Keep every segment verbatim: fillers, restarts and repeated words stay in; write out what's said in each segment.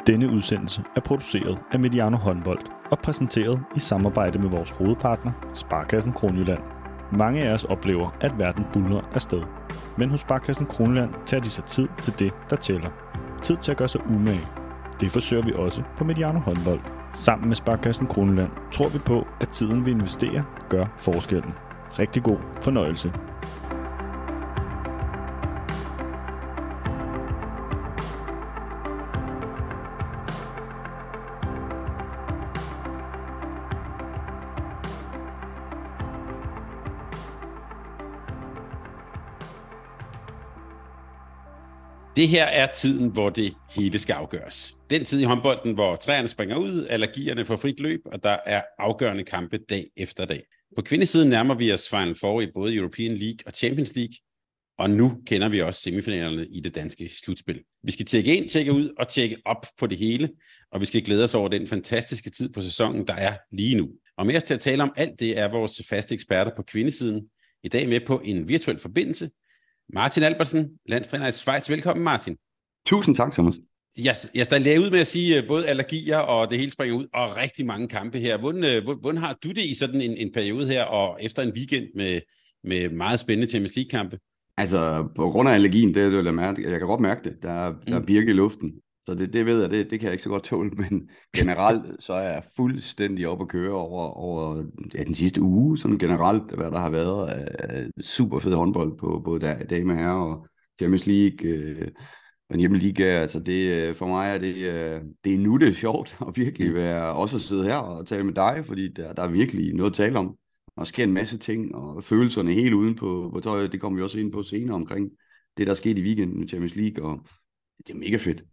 Denne udsendelse er produceret af Mediano Håndbold og præsenteret i samarbejde med vores hovedpartner, Sparekassen Kronjylland. Mange af os oplever, at verden buldrer afsted. Men hos Sparekassen Kronjylland tager de sig tid til det, der tæller. Tid til at gøre sig umage. Det forsøger vi også på Mediano Håndbold. Sammen med Sparekassen Kronjylland tror vi på, at tiden vi investerer gør forskellen. Rigtig god fornøjelse. Det her er tiden, hvor det hele skal afgøres. Den tid i håndbolden, hvor træerne springer ud, allergierne får frit løb, og der er afgørende kampe dag efter dag. På kvindesiden nærmer vi os Final Four i både European League og Champions League, og nu kender vi også semifinalerne i det danske slutspil. Vi skal tjekke ind, tjekke ud og tjekke op på det hele, og vi skal glæde os over den fantastiske tid på sæsonen, der er lige nu. Og med os til at tale om alt det er vores faste eksperter på kvindesiden. I dag med på en virtuel forbindelse. Martin Albertsen, landstræner i Schweiz. Velkommen, Martin. Tusind tak, Thomas. Jeg, jeg starter ud med at sige både allergier og det hele springer ud, og rigtig mange kampe her. Hvordan, hvordan har du det i sådan en, en periode her, og efter en weekend med, med meget spændende Champions League-kampe? Altså, på grund af allergien, det er det, mærke. Jeg kan godt mærke det. Der er, der er birke i luften. Så det, det ved jeg, det, det kan jeg ikke så godt tåle, men generelt så er jeg fuldstændig oppe at køre over, over ja, den sidste uge, sådan generelt, hvad der har været af super fed håndbold på både der, dame her og Champions League, øh, og hjemmeliga. Altså det, for mig er det, øh, det er nu det er sjovt at virkelig være, også at sidde her og tale med dig, fordi der, der er virkelig noget at tale om. Der sker en masse ting, og følelserne helt uden på, på tøjet, det kommer vi også ind på senere omkring det, der er sket i weekenden med Champions League, og det er mega fedt.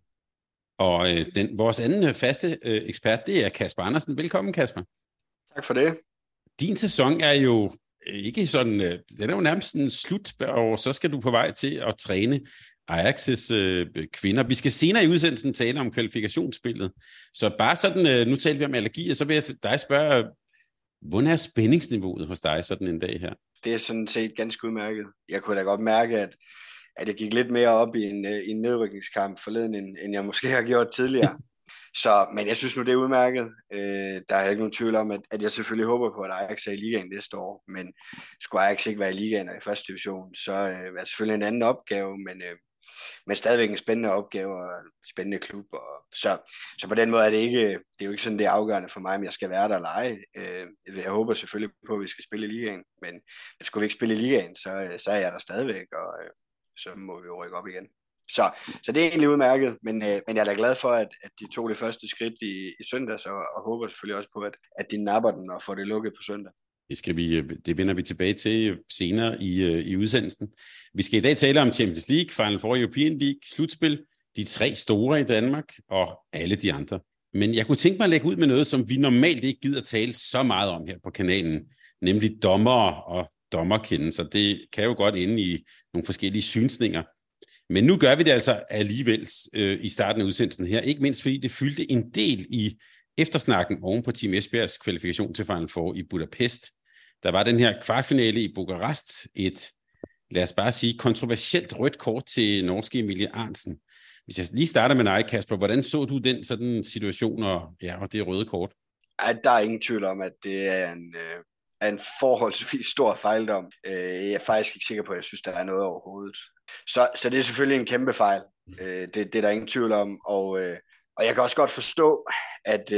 Og øh, den, vores anden faste øh, ekspert, det er Kasper Andersen. Velkommen, Kasper. Tak for det. Din sæson er jo ikke sådan, øh, den er jo nærmest en slut, og så skal du på vej til at træne Ajax's øh, kvinder. Vi skal senere i udsendelsen tale om kvalifikationsspillet. Så bare sådan, øh, nu taler vi om allergier, så vil jeg dig spørge, hvordan er spændingsniveauet hos dig sådan en dag her? Det er sådan set ganske udmærket. Jeg kunne da godt mærke, at at jeg gik lidt mere op i en, i en nedrykningskamp forleden, end, end jeg måske har gjort tidligere. Så, men jeg synes nu, det er udmærket. Øh, der er ikke nogen tvivl om, at, at jeg selvfølgelig håber på, at Ajax er i ligaen næste år. Men skulle Ajax ikke være i ligaen og i første division, så øh, er det selvfølgelig en anden opgave, men, øh, men stadigvæk en spændende opgave og en spændende klub. Og, så, så på den måde er det ikke, det er jo ikke sådan, det er afgørende for mig, om jeg skal være der eller ej. Øh, jeg håber selvfølgelig på, at vi skal spille i ligaen, men skulle vi ikke spille i ligaen, så, så er jeg der stadigvæk, og øh, så må vi jo rykke op igen. Så, så det er egentlig udmærket, men, øh, men jeg er da glad for, at, at de tog det første skridt i, i søndags, og, og håber selvfølgelig også på, at, at de napper den og får det lukket på søndag. Det, skal vi, det vender vi tilbage til senere i, i udsendelsen. Vi skal i dag tale om Champions League, Final Four, European League, slutspil, de tre store i Danmark og alle de andre. Men jeg kunne tænke mig at lægge ud med noget, som vi normalt ikke gider tale så meget om her på kanalen, nemlig dommere og dommerkendelser. Det kan jo godt ende i nogle forskellige synsninger. Men nu gør vi det altså alligevel øh, i starten af udsendelsen her. Ikke mindst fordi det fyldte en del i eftersnakken oven på Team Esbjergs kvalifikation til Final Four i Budapest. Der var den her kvartfinale i Bukarest. Et, lad os bare sige, kontroversielt rødt kort til norske Emilie Arntzen. Hvis jeg lige starter med dig, Kasper, hvordan så du den sådan situation og, ja, og det røde kort? Ej, der er ingen tvivl om, at det er en... Øh... er en forholdsvis stor fejldom. Jeg er faktisk ikke sikker på, at jeg synes, der er noget overhovedet. Så, så det er selvfølgelig en kæmpe fejl. Det, det er der ingen tvivl om. Og, og jeg kan også godt forstå, at,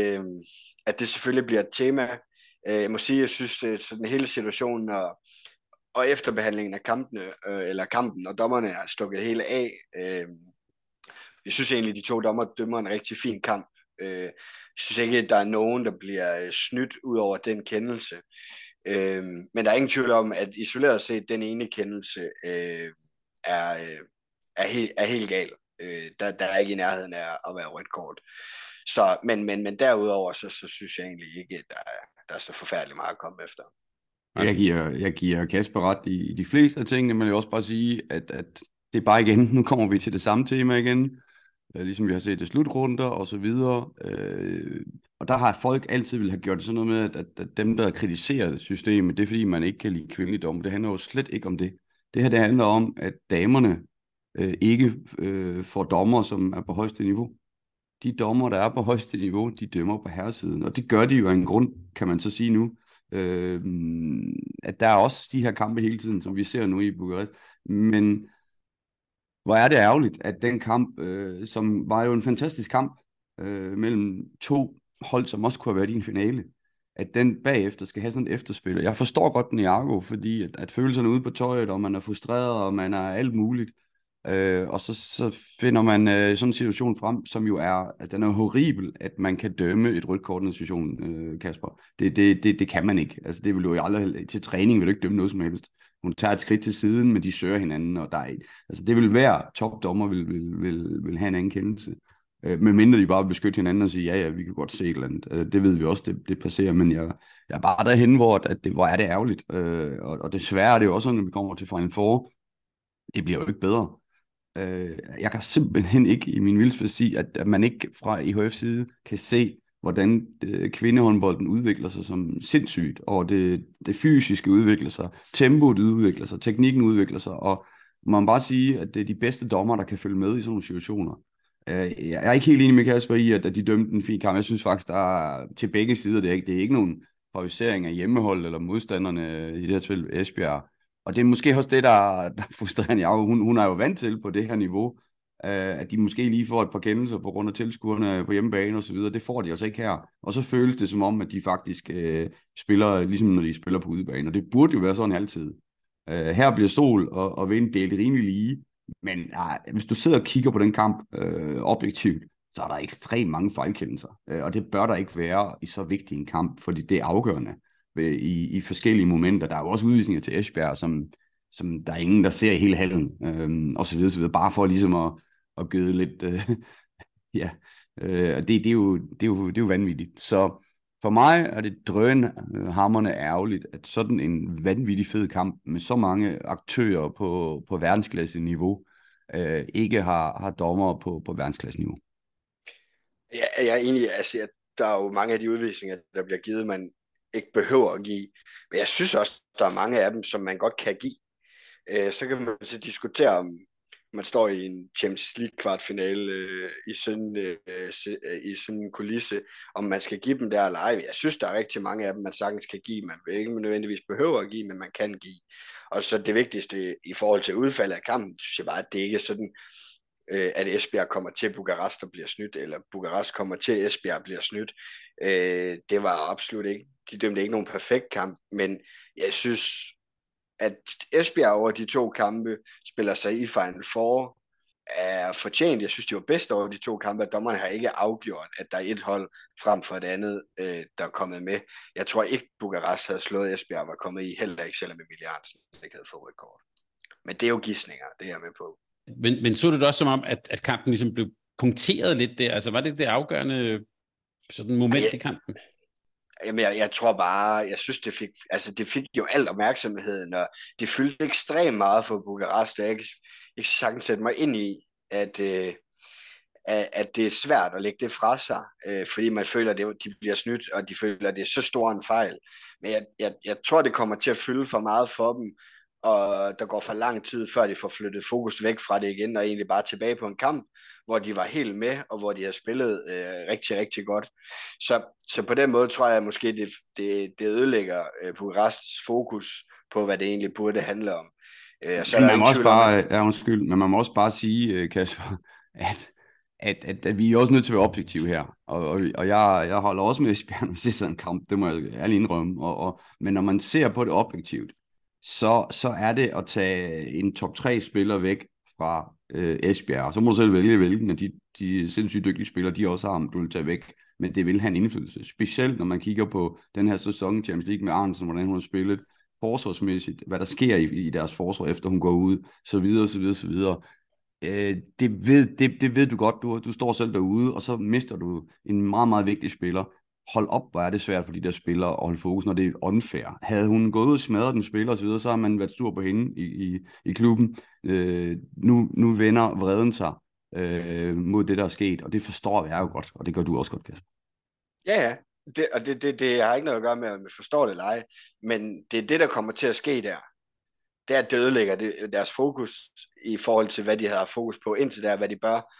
at det selvfølgelig bliver et tema. Jeg må sige, at jeg synes, at sådan hele situationen og, og efterbehandlingen af kampene, eller kampen og dommerne er stukket hele af. Jeg synes egentlig, at de to dommer dømmer en rigtig fin kamp. Jeg synes ikke, at der er nogen, der bliver snydt ud over den kendelse. Øh, men der er ingen tvivl om, at isoleret set, den ene kendelse øh, er, øh, er, helt, er helt gal. Øh, der, der er ikke i nærheden af at være rødt kort. Så, men, men, men derudover, så, så synes jeg egentlig ikke, at der er, der er så forfærdeligt meget at komme efter. Jeg giver, jeg giver Kasper ret i, i de fleste af tingene, men jeg vil også bare sige, at, at det er bare igen, nu kommer vi til det samme tema igen, øh, ligesom vi har set det slutrunder og så videre. Øh, og der har folk altid vil have gjort det sådan noget med, at, at dem, der kritiserer systemet, det er fordi, man ikke kan lide kvindeligdom. Det handler jo slet ikke om det. Det her, det handler om, at damerne øh, ikke øh, får dommer, som er på højeste niveau. de dommer, der er på højeste niveau, de dømmer på herresiden. Og det gør de jo af en grund, kan man så sige nu. Øh, at der er også de her kampe hele tiden, som vi ser nu i Bukarest. Men hvor er det ærgerligt, at den kamp, øh, som var jo en fantastisk kamp øh, mellem to hold, som også kunne have været i en finale, at den bagefter skal have sådan et efterspil. Jeg forstår godt Niago, fordi at, at følelserne ude på tøjet, og man er frustreret, og man er alt muligt. Øh, og så, så finder man øh, sådan en situation frem, som jo er, at den er horribel, at man kan dømme et rødt kort i en situation, øh, Kasper. Det, det, det, det kan man ikke. Altså, det vil du jo aldrig, til træning vil du ikke dømme noget som helst. Hun tager et skridt til siden, men de søger hinanden, og der er, altså, det vil være topdommer, vil, vil, vil, vil have en anden kendelse. Øh, men mindre de bare beskytte hinanden og sige, ja, ja, vi kan godt se et eller andet. Øh, det ved vi også, det, det passerer, men jeg, jeg er bare derhen, hvor, at det, hvor er det ærgerligt. Øh, og, og desværre er det jo også, når vi kommer til Final Four, det bliver jo ikke bedre. Øh, jeg kan simpelthen ikke i min vildeste sige, at, at man ikke fra I H F's side kan se, hvordan øh, kvindehåndbolden udvikler sig som sindssygt, og det, det fysiske udvikler sig, tempoet udvikler sig, teknikken udvikler sig, og man må bare sige, at det er de bedste dommer, der kan følge med i sådan nogle situationer. Øh, jeg er ikke helt enig med Kasper i, at, at de dømte en fin kamp. Jeg synes faktisk, der er til begge sider, det er ikke, det er ikke nogen favorisering af hjemmehold eller modstanderne i det her tilfælde Esbjerg. Og det er måske også det, der, der frustrerer jeg. Hun, hun er jo vant til på det her niveau, øh, at de måske lige får et par kendelser på grund af tilskuerne på hjemmebane og så videre. Det får de altså ikke her. Og så føles det som om, at de faktisk øh, spiller, ligesom når de spiller på udebane. Og det burde jo være sådan altid. Øh, her bliver Sol og, og Vind delt rimelig lige. Men øh, hvis du sidder og kigger på den kamp øh, objektivt, så er der ekstremt mange fejlkendelser. Øh, og det bør der ikke være i så vigtig en kamp, fordi det er afgørende. I, i forskellige momenter. Der er jo også udvisninger til Esbjerg, som, som der er ingen, der ser i hele hallen, øhm, og så videre, så videre, bare for ligesom at, at gøde lidt, øh, ja, øh, det, det, er jo, det, er jo, det er jo vanvittigt. Så for mig er det drønhamrende ærgerligt, at sådan en vanvittig fed kamp med så mange aktører på, på verdensklasse-niveau, øh, ikke har, har dommer på, på verdensklasse-niveau. Ja, jeg er enig, altså, at der er jo mange af de udvisninger, der bliver givet, man ikke behøver at give. Men jeg synes også, der er mange af dem, som man godt kan give. Øh, så kan man så diskutere, om man står i en Champions League kvartfinale øh, i, sådan, øh, i sådan en kulisse, om man skal give dem der eller ej. Jeg synes, der er rigtig mange af dem, man sagtens kan give. Man vil ikke nødvendigvis behøver at give, men man kan give. Og så det vigtigste i forhold til udfaldet af kampen, synes jeg bare, at det ikke er sådan, øh, at Esbjerg kommer til Bukarest og bliver snydt, eller Bukarest kommer til Esbjerg og bliver snydt. Øh, det var absolut ikke, de dømte ikke nogen perfekt kamp, men jeg synes, at Esbjerg over de to kampe spiller sig i Final Four er fortjent. Jeg synes, de var bedst over de to kampe, at dommerne har ikke afgjort, at der er et hold frem for et andet, øh, der er kommet med. Jeg tror ikke, Bukarest havde slået Esbjerg, var kommet i, heller ikke selvom Emil Jørgensen ikke havde fået rødt kort. Men det er jo gidsninger, det er jeg med på. Men, men så du det også som om, at, at kampen ligesom blev punkteret lidt der? Altså var det det afgørende sådan moment jeg, i kampen? Jamen, jeg, jeg tror bare, jeg synes, det fik, altså det fik jo alt opmærksomheden, og det fyldte ekstremt meget for Bukarest, og jeg kan ikke sagtens sætte mig ind i, at, øh, at det er svært at lægge det fra sig, øh, fordi man føler, at det, de bliver snydt, og de føler, at det er så stor en fejl. Men jeg, jeg, jeg tror, det kommer til at fylde for meget for dem, og der går for lang tid, før de får flyttet fokus væk fra det igen, og egentlig bare tilbage på en kamp, hvor de var helt med, og hvor de har spillet øh, rigtig, rigtig godt. Så, så på den måde tror jeg måske, det, det, det ødelægger øh, Bukarests fokus på, hvad det egentlig burde handle om. Øh, så men, er man må også bare, om, ja, undskyld, men man må også bare sige, Kasper, at, at, at, at vi er også nødt til at være objektive her. Og, og, og jeg, jeg holder også med Esbjerg, når det er en kamp, det må jeg ærligt indrømme. Og, og, men når man ser på det objektivt, så, så er det at tage en top tre spiller væk fra øh, Esbjerg, og så må du selv vælge, hvilken af de, de sindssygt dygtige spillere, de også har, om du vil tage væk, men det vil have en indflydelse, specielt når man kigger på den her sæson Champions League med Arnsen, hvordan hun har spillet forsvarsmæssigt, hvad der sker i, i deres forsvar, efter hun går ud, så videre, så videre, så videre. Øh, det, ved, det, det ved du godt, du, du står selv derude, og så mister du en meget, meget vigtig spiller. Hold op, hvor er det svært for de der spillere at holde fokus, når det er unfair. Havde hun gået ud og smadret den spiller osv., så har man været sur på hende i, i, i klubben. Øh, nu, nu vender vreden sig øh, mod det, der er sket, og det forstår jeg jo godt, og det gør du også godt, Kasper. Ja, ja, det, og det, det, det har ikke noget at gøre med, at man forstår det eller ej, men det er det, der kommer til at ske der. Det er, at det ødelægger det, deres fokus i forhold til, hvad de havde fokus på indtil der, hvad de bør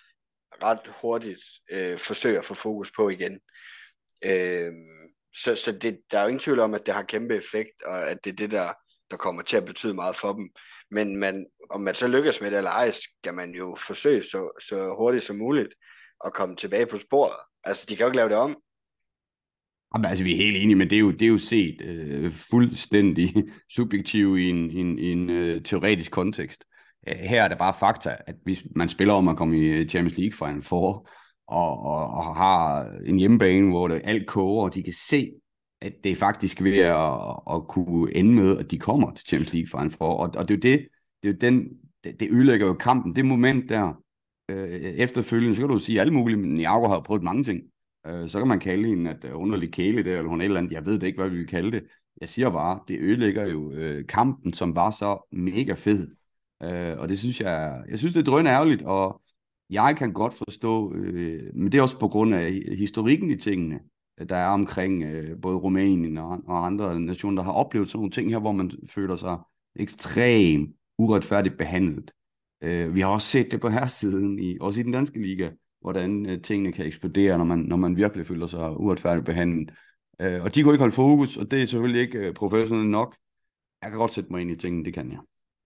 ret hurtigt øh, forsøge at få fokus på igen. Øh, så så det, der er jo ingen tvivl om, at det har kæmpe effekt, og at det er det, der, der kommer til at betyde meget for dem. Men man, om man så lykkes med det eller ej, skal man jo forsøge så, så hurtigt som muligt at komme tilbage på sporet. Altså, de kan jo ikke lave det om. Jamen, altså, vi er helt enige, men det er jo, det er jo set øh, fuldstændig subjektivt i en, en, en øh, teoretisk kontekst. Her er det bare fakta, at hvis man spiller om at komme i Champions League Final Four, og, og, og har en hjemmebane, hvor det alt koger, og de kan se, at det er faktisk ved at, at kunne ende med, at de kommer til Champions League Final Four. Og, og det er jo det, det, er jo den, det, det ødelægger jo kampen. Det moment der, øh, efterfølgende, så kan du sige alle mulige, men Niago har prøvet mange ting. Øh, så kan man kalde hende at underlig kæle der, eller hun er et eller andet, jeg ved det ikke, hvad vi vil kalde det. Jeg siger bare, det ødelægger jo øh, kampen, som var så mega fed. Øh, og det synes jeg, jeg synes det er drøn ærgerligt, og jeg kan godt forstå, øh, men det er også på grund af historikken i tingene, der er omkring øh, både Rumænien og, og andre nationer, der har oplevet sådan nogle ting her, hvor man føler sig ekstremt uretfærdigt behandlet. Øh, vi har også set det på herresiden, i, også i den danske liga, hvordan øh, tingene kan eksplodere, når man, når man virkelig føler sig uretfærdigt behandlet. Øh, og de kunne ikke holde fokus, og det er selvfølgelig ikke øh, professionelt nok. Jeg kan godt sætte mig ind i tingene, det kan jeg.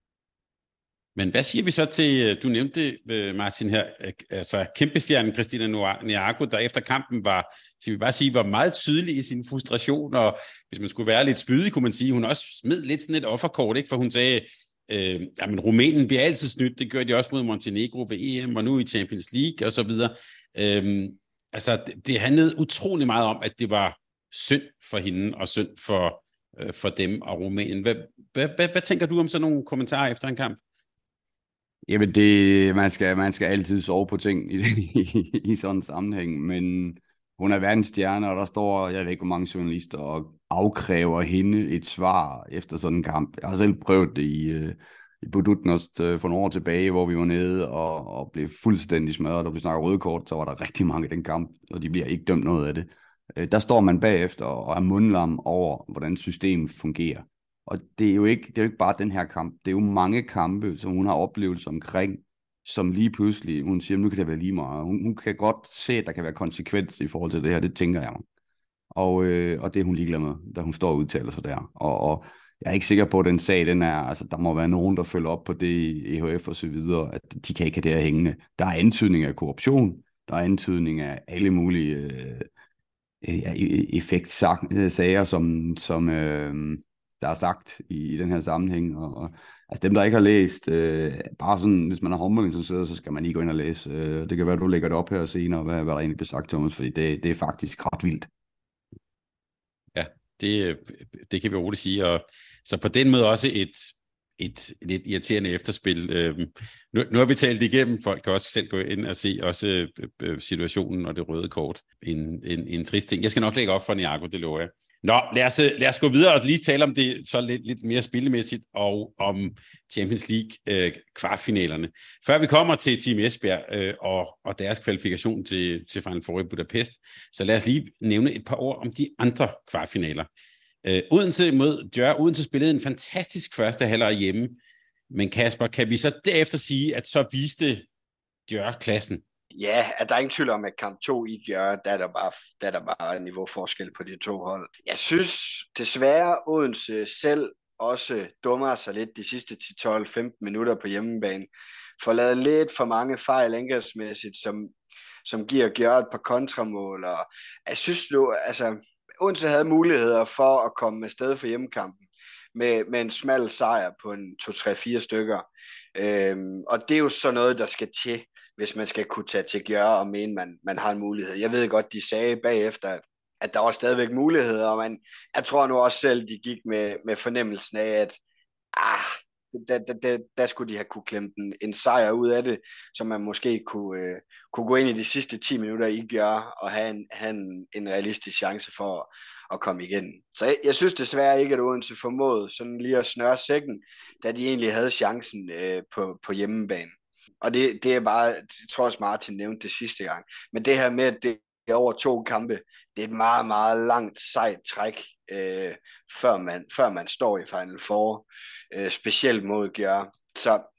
Men hvad siger vi så til, du nævnte Martin her, altså kæmpestjernen Christina Niago, der efter kampen var, skal vi bare sige, var meget tydelig i sin frustration, og hvis man skulle være lidt spydig, kunne man sige, hun også smed lidt sådan et offerkort, ikke? For hun sagde, øh, jamen Rumænien bliver altid snydt, det gør de også mod Montenegro ved E M, og nu i Champions League og så videre. Øh, altså det, det handlede utrolig meget om, at det var synd for hende, og synd for, øh, for dem og Rumænien. Hvad, hvad, hvad, hvad tænker du om sådan nogle kommentarer efter en kamp? Jamen, det, man, skal, man skal altid sove på ting i, i, i sådan en sammenhæng, men hun er verdensstjerne, og der står, jeg ved ikke, hvor mange journalister, og afkræver hende et svar efter sådan en kamp. Jeg har selv prøvet det i, i Budutnost for nogle år tilbage, hvor vi var nede og, og blev fuldstændig smadret, og vi snakker røde kort, så var der rigtig mange i den kamp, og de bliver ikke dømt noget af det. Der står man bagefter og er mundlam over, hvordan systemet fungerer. Og det er, jo ikke, det er jo ikke bare den her kamp. Det er jo mange kampe, som hun har oplevelser omkring, som lige pludselig, hun siger, nu kan det være lige meget. Hun, hun kan godt se, at der kan være konsekvens i forhold til det her. Det tænker jeg mig. Og, øh, og det er hun ligeglad med, da hun står og udtaler sig der. Og, og jeg er ikke sikker på, at den sag, den er, altså der må være nogen, der følger op på det i E H F og så videre, at de kan ikke have det her hængende. Der er antydning af korruption. Der er antydning af alle mulige øh, effektsager, som... som øh, der er sagt i, i den her sammenhæng, og, og altså dem, der ikke har læst, øh, bare sådan, hvis man er håndboldinteresseret, så skal man lige gå ind og læse. Øh, det kan være, at du lægger det op her senere, hvad, hvad der egentlig bliver sagt, Thomas, fordi det, det er faktisk ret vildt. Ja, det, det kan vi roligt sige, og så på den måde også et, et lidt irriterende efterspil. Øh, nu, nu har vi talt igennem, folk kan også selv gå ind og se også øh, situationen og det røde kort. En, en, en trist ting. Jeg skal nok lægge op for Niago, det lover jeg. Nå, lad os, lad os gå videre og lige tale om det så lidt, lidt mere spillemæssigt og om Champions League øh, kvartfinalerne. Før vi kommer til Team Esbjerg øh, og, og deres kvalifikation til, til Final Four i Budapest, så lad os lige nævne et par ord om de andre kvartfinaler. Øh, Odense mod Djør. Odense spillede en fantastisk første halvleg hjemme, men Kasper, kan vi så derefter sige, at så viste Djør klassen? Ja, at der er ingen tvivl om, at kamp to i Gjør, der er der bare, der er der bare en niveauforskel på de to hold. Jeg synes desværre, Odense selv også dummer sig lidt de sidste ti tolv femten minutter på hjemmebane. Får lavet lidt for mange fejl angrebsmæssigt, som, som giver Gjør et par kontramål. Og jeg synes nu, altså, Odense havde muligheder for at komme med sted for hjemmekampen med, med en smal sejr på en to tre fire stykker. Øhm, og det er jo så noget, der skal til, hvis man skal kunne tage til Gjør og mene, man, man har en mulighed. Jeg ved godt, de sagde bagefter, at, at der var stadigvæk muligheder, og man, jeg tror nu også selv, de gik med, med fornemmelsen af, at ah, der, der, der, der skulle de have kunne klemme en, en sejr ud af det, så man måske kunne, øh, kunne gå ind i de sidste ti minutter i Gjør og have en, have en, en realistisk chance for at, at komme igen. Så jeg, jeg synes desværre ikke, at Odense formåede sådan lige at snøre sækken, da de egentlig havde chancen øh, på, på hjemmebane. Og det, det er bare, jeg tror også Martin nævnte det sidste gang, men det her med, at det er over to kampe, det er et meget, meget langt sejt træk, øh, før, man, før man står i Final Four, øh, specielt mod Gjør. Så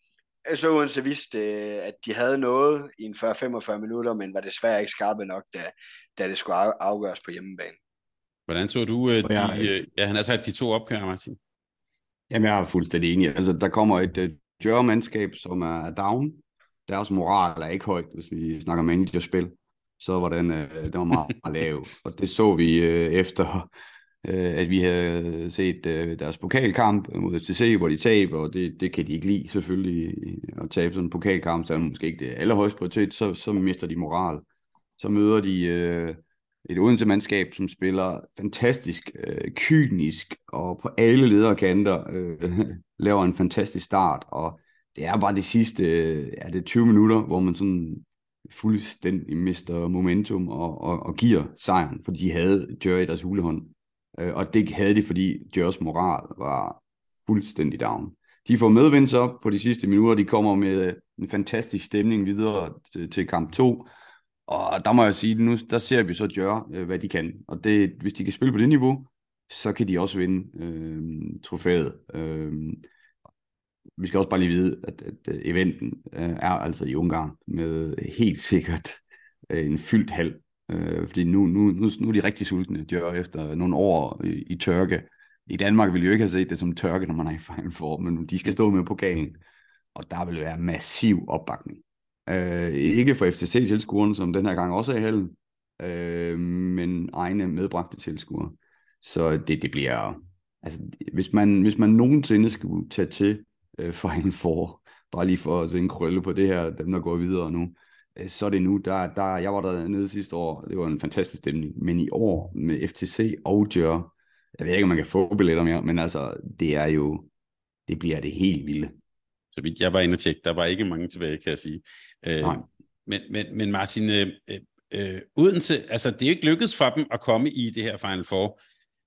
så Odense vidste, at de havde noget i en fyrre til femogfyrre minutter, men var desværre ikke skarpe nok, da, da det skulle afgøres på hjemmebane. Hvordan så du uh, de, jeg, uh, ja, han har sagt de to opgør, Martin? Jamen, jeg er fuldstændig enig. Altså, der kommer et uh, Jørgen-mandskab, som er down. Deres moral er ikke højt, hvis vi snakker managerspil. Så var den, uh, den var meget lav. Og det så vi uh, efter, uh, at vi havde set uh, deres pokalkamp mod F C C, hvor de taber, og det, det kan de ikke lide selvfølgelig, at tabe sådan en pokalkamp, så er det måske ikke det allerhøjeste prioritet, så, så mister de moral. Så møder de uh, et Odense-mandskab, som spiller fantastisk, øh, kynisk, og på alle ledere kanter øh, laver en fantastisk start, og det er bare det sidste, øh, er det tyve minutter, hvor man sådan fuldstændig mister momentum og, og, og giver sejren, fordi de havde Djør i deres hulehånd, øh, og det havde de, fordi Djørs moral var fuldstændig down. De får medvind op på de sidste minutter, de kommer med en fantastisk stemning videre til, til kamp to, og der må jeg sige, nu der ser vi så Djør, øh, hvad de kan. Og det, hvis de kan spille på det niveau, så kan de også vinde øh, trofæet. Øh, vi skal også bare lige vide, at, at eventen øh, er altså i Ungarn med helt sikkert øh, en fyldt hal. Øh, fordi nu, nu, nu, nu er de rigtig sultne, Djør, efter nogle år i, i tørke. I Danmark vil jo ikke have set det som tørke, når man er i Final Four, men de skal stå med pokalen. Og der vil være massiv opbakning. Uh, ikke for F C C-tilskuerne, som den her gang også er i hallen, uh, men egne medbragte tilskuere. Så det, det bliver... Altså, hvis man, hvis man nogensinde skulle tage til uh, Final Four, bare lige for at se en krølle på det her, dem der går videre nu, uh, så er det nu. Der, der, jeg var der nede sidste år, det var en fantastisk stemning, men i år med F T C og Djør, jeg ved ikke, om man kan få billetter mere, men altså, det er jo... Det bliver det helt vilde. Så vidt jeg var inde og tjekke, der var ikke mange tilbage, kan jeg sige. Øh, men, men, men Martin, øh, øh, Odense, altså det er jo ikke lykkedes for dem at komme i det her Final Four.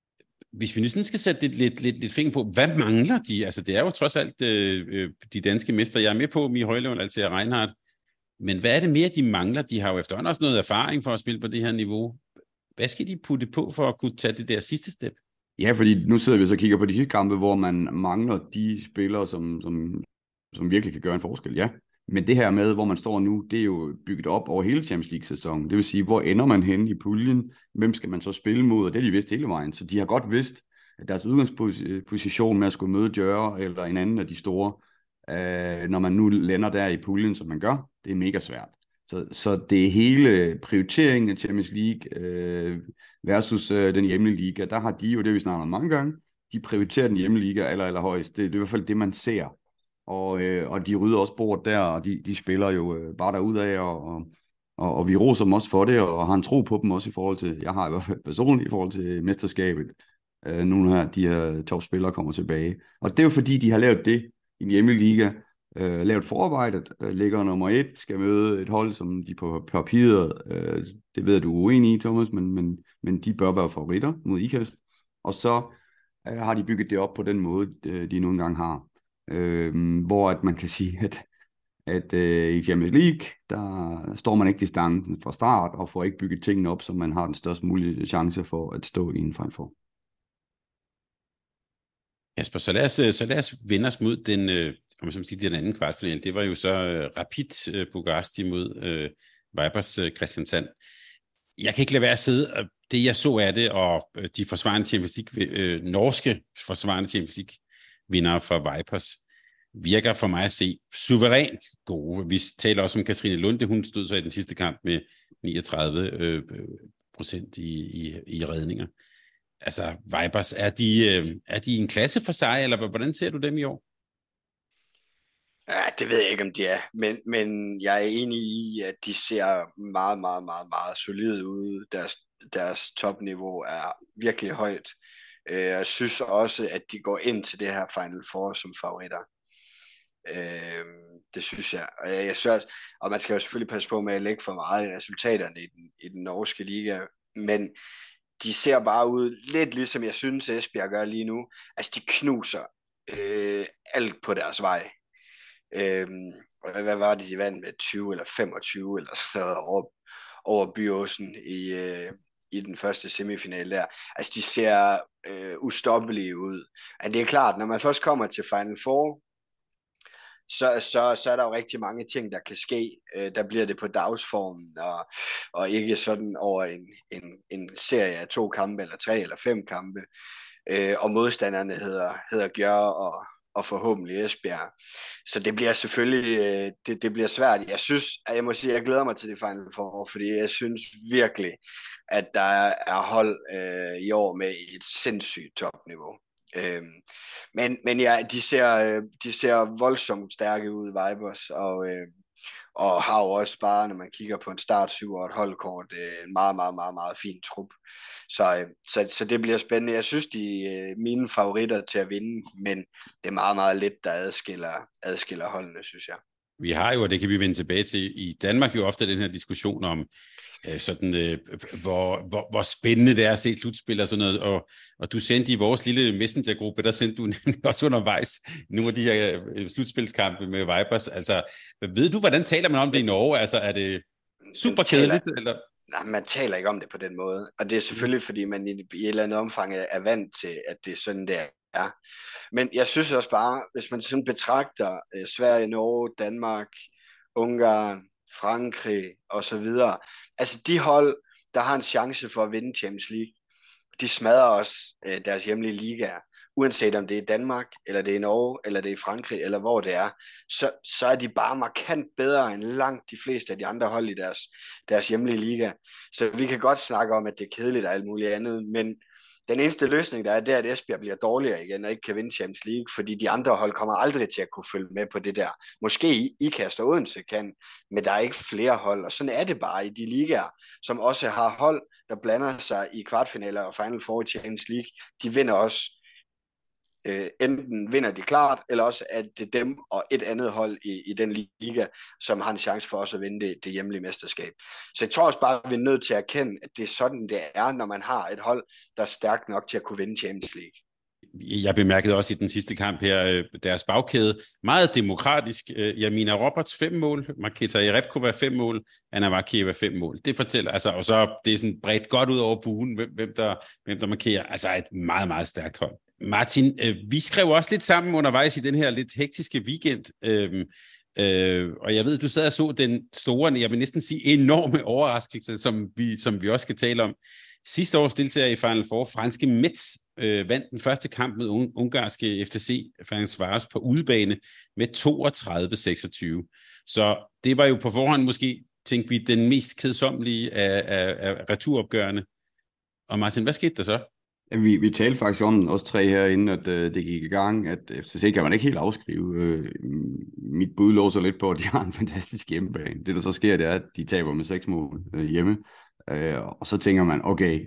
Hvis vi nu sådan skal sætte lidt, lidt, lidt, lidt finger på, hvad mangler de? Altså det er jo trods alt øh, de danske mestre. Jeg er med på, Mie Højlund, altså Reinhardt. Men hvad er det mere, de mangler? De har jo efterhånden også noget erfaring for at spille på det her niveau. Hvad skal de putte på for at kunne tage det der sidste step? Ja, fordi nu sidder vi så og kigger på de sidste kampe, hvor man mangler de spillere, som, som, som virkelig kan gøre en forskel, ja. Men det her med, hvor man står nu, det er jo bygget op over hele Champions League-sæsonen. Det vil sige, hvor ender man henne i puljen? Hvem skal man så spille mod? Og det har de vidst hele vejen. Så de har godt vidst, at deres udgangsposition med at skulle møde Djør eller en anden af de store, øh, når man nu lander der i puljen, som man gør, det er mega svært. Så, så det er hele prioriteringen af Champions League øh, versus øh, den hjemlige liga. Der har de jo det, vi snakker om mange gange. De prioriterer den hjemlige liga aller, aller højst. Det, det er i hvert fald det, man ser. Og, øh, og de rydder også bordet der, og de, de spiller jo øh, bare derudad, og, og, og, og vi roser dem også for det, og har en tro på dem også i forhold til, jeg har i hvert fald personligt i forhold til mesterskabet. Øh, nogle her, de her topspillere kommer tilbage. Og det er jo fordi, de har lavet det i den hjemlige liga, øh, lavet forarbejdet, øh, ligger nummer et, skal møde et hold, som de på papiret, øh, det ved du er uenig i, Thomas, men, men, men de bør være favoritter mod IKAST. Og så øh, har de bygget det op på den måde, de nogle gange har. Øh, hvor at man kan sige, at, at øh, i Champions League, der står man ikke distancen fra start, og får ikke bygget tingene op, så man har den størst mulige chance for at stå i en Final Four. Jasper, så lad os, så lad os vende os mod den, øh, om man sige, den anden kvartfinale. Det var jo så øh, Rapid øh, Bukaresti mod øh, Vipers øh, Kristiansand. Jeg kan ikke lade være at sidde, og det jeg så af det, og øh, de forsvarende Champions League, øh, norske forsvarende Champions League vindere for Vipers, virker for mig at se suverænt gode. Vi taler også om Katrine Lunde, hun stod så i den sidste kamp med niogtredive procent i, i, i redninger. Altså, Vipers, er de, er de en klasse for sig, eller hvordan ser du dem i år? Ja, det ved jeg ikke, om de er, men, men jeg er enig i, at de ser meget, meget, meget, meget solide ud. Deres, deres topniveau er virkelig højt. Jeg synes også, at de går ind til det her Final Four som favoritter. Det synes jeg. Og, jeg, jeg synes, og man skal jo selvfølgelig passe på med at lægge for meget i resultaterne i den, i den norske liga, men de ser bare ud lidt ligesom jeg synes Esbjerg gør lige nu. Altså de knuser øh, alt på deres vej. Øh, og hvad var det, de vandt med tyve eller femogtyve eller sådan noget over, over Byåsen i, øh, i den første semifinale der. Altså de ser øh, ustoppelige ud. Men det er klart, når man først kommer til Final Four, så, så, så er der jo rigtig mange ting, der kan ske. Øh, der bliver det på dagsformen, og, og ikke sådan over en, en, en serie af to kampe, eller tre eller fem kampe. Øh, og modstanderne hedder, hedder Gjør og, og forhåbentlig Esbjerg. Så det bliver selvfølgelig øh, det, det bliver svært. Jeg synes, at jeg må sige, at jeg glæder mig til det Final Four, fordi jeg synes virkelig, at der er hold øh, i år med et sindssygt topniveau. Øh, men men ja, de ser, de ser voldsomt stærke ud, Vipers, og, øh, og har jo også bare, når man kigger på en start syv og et holdkort, øh, en meget, meget, meget, meget fin trup. Så, øh, så, så det bliver spændende. Jeg synes, de er mine favoritter til at vinde, men det er meget, meget lidt, der adskiller, adskiller holdene, synes jeg. Vi har jo, og det kan vi vende tilbage til, i Danmark jo ofte den her diskussion om, øh, sådan, øh, hvor, hvor, hvor spændende det er at se slutspil og sådan noget, og, og du sendte i vores lille messengergruppe, der sendte du nemlig også undervejs nogle af de her øh, slutspilskampe med Vipers. Altså, ved du, hvordan taler man om det i Norge? Altså, er det super kedeligt, eller? Nej, man taler ikke om det på den måde, og det er selvfølgelig, fordi man i, i et eller andet omfang er vant til, at det er sådan, det er. Men jeg synes også bare, hvis man sådan betragter øh, Sverige, Norge, Danmark, Ungarn, Frankrig og så videre, altså de hold, der har en chance for at vinde Champions League, de smadrer også øh, deres hjemlige ligaer. Uanset om det er Danmark, eller det er Norge, eller det er Frankrig, eller hvor det er, så, så er de bare markant bedre end langt de fleste af de andre hold i deres, deres hjemlige liga. Så vi kan godt snakke om, at det er kedeligt og alt muligt andet, men den eneste løsning, der er, det er, at Esbjerg bliver dårligere igen og ikke kan vinde Champions League, fordi de andre hold kommer aldrig til at kunne følge med på det der. Måske Ikast og Odense kan, men der er ikke flere hold, og sådan er det bare i de ligaer, som også har hold, der blander sig i kvartfinaler og Final Four i Champions League. De vinder også. Øh, enten vinder de klart, eller også at det er dem og et andet hold i, i den liga, som har en chance for også at vinde det, det hjemlige mesterskab. Så jeg tror også bare, at vi er nødt til at erkende, at det er sådan, det er, når man har et hold, der er stærkt nok til at kunne vinde Champions League. Jeg bemærkede også i den sidste kamp her, deres bagkæde, meget demokratisk. Jamina Roberts fem mål, Marketa Jerebkova fem mål, Anna Markieva fem mål. Det fortæller, altså, og så det er sådan bredt godt ud over buen, hvem, hvem, der, hvem der markerer. Altså et meget, meget stærkt hold. Martin, øh, vi skrev også lidt sammen undervejs i den her lidt hektiske weekend, øh, øh, og jeg ved, du sad og så den store, jeg vil næsten sige enorme overraskelse, som vi, som vi også skal tale om. Sidste års deltager i Final Four, franske Metz, øh, vandt den første kamp med un- ungarske F C C Ferencváros på udebane med toogtredive seksogtyve. Så det var jo på forhånd måske, tænkte vi, den mest kedsommelige af, af, af returopgørende. Og Martin, hvad skete der så? Vi, vi talte faktisk om, os tre herinde, at øh, det gik i gang, at F C C kan man ikke helt afskrive. Øh, mit bud låser lidt på, at de har en fantastisk hjemmebane. Det, der så sker, det er, at de taber med seks mål øh, hjemme. Øh, og så tænker man, okay,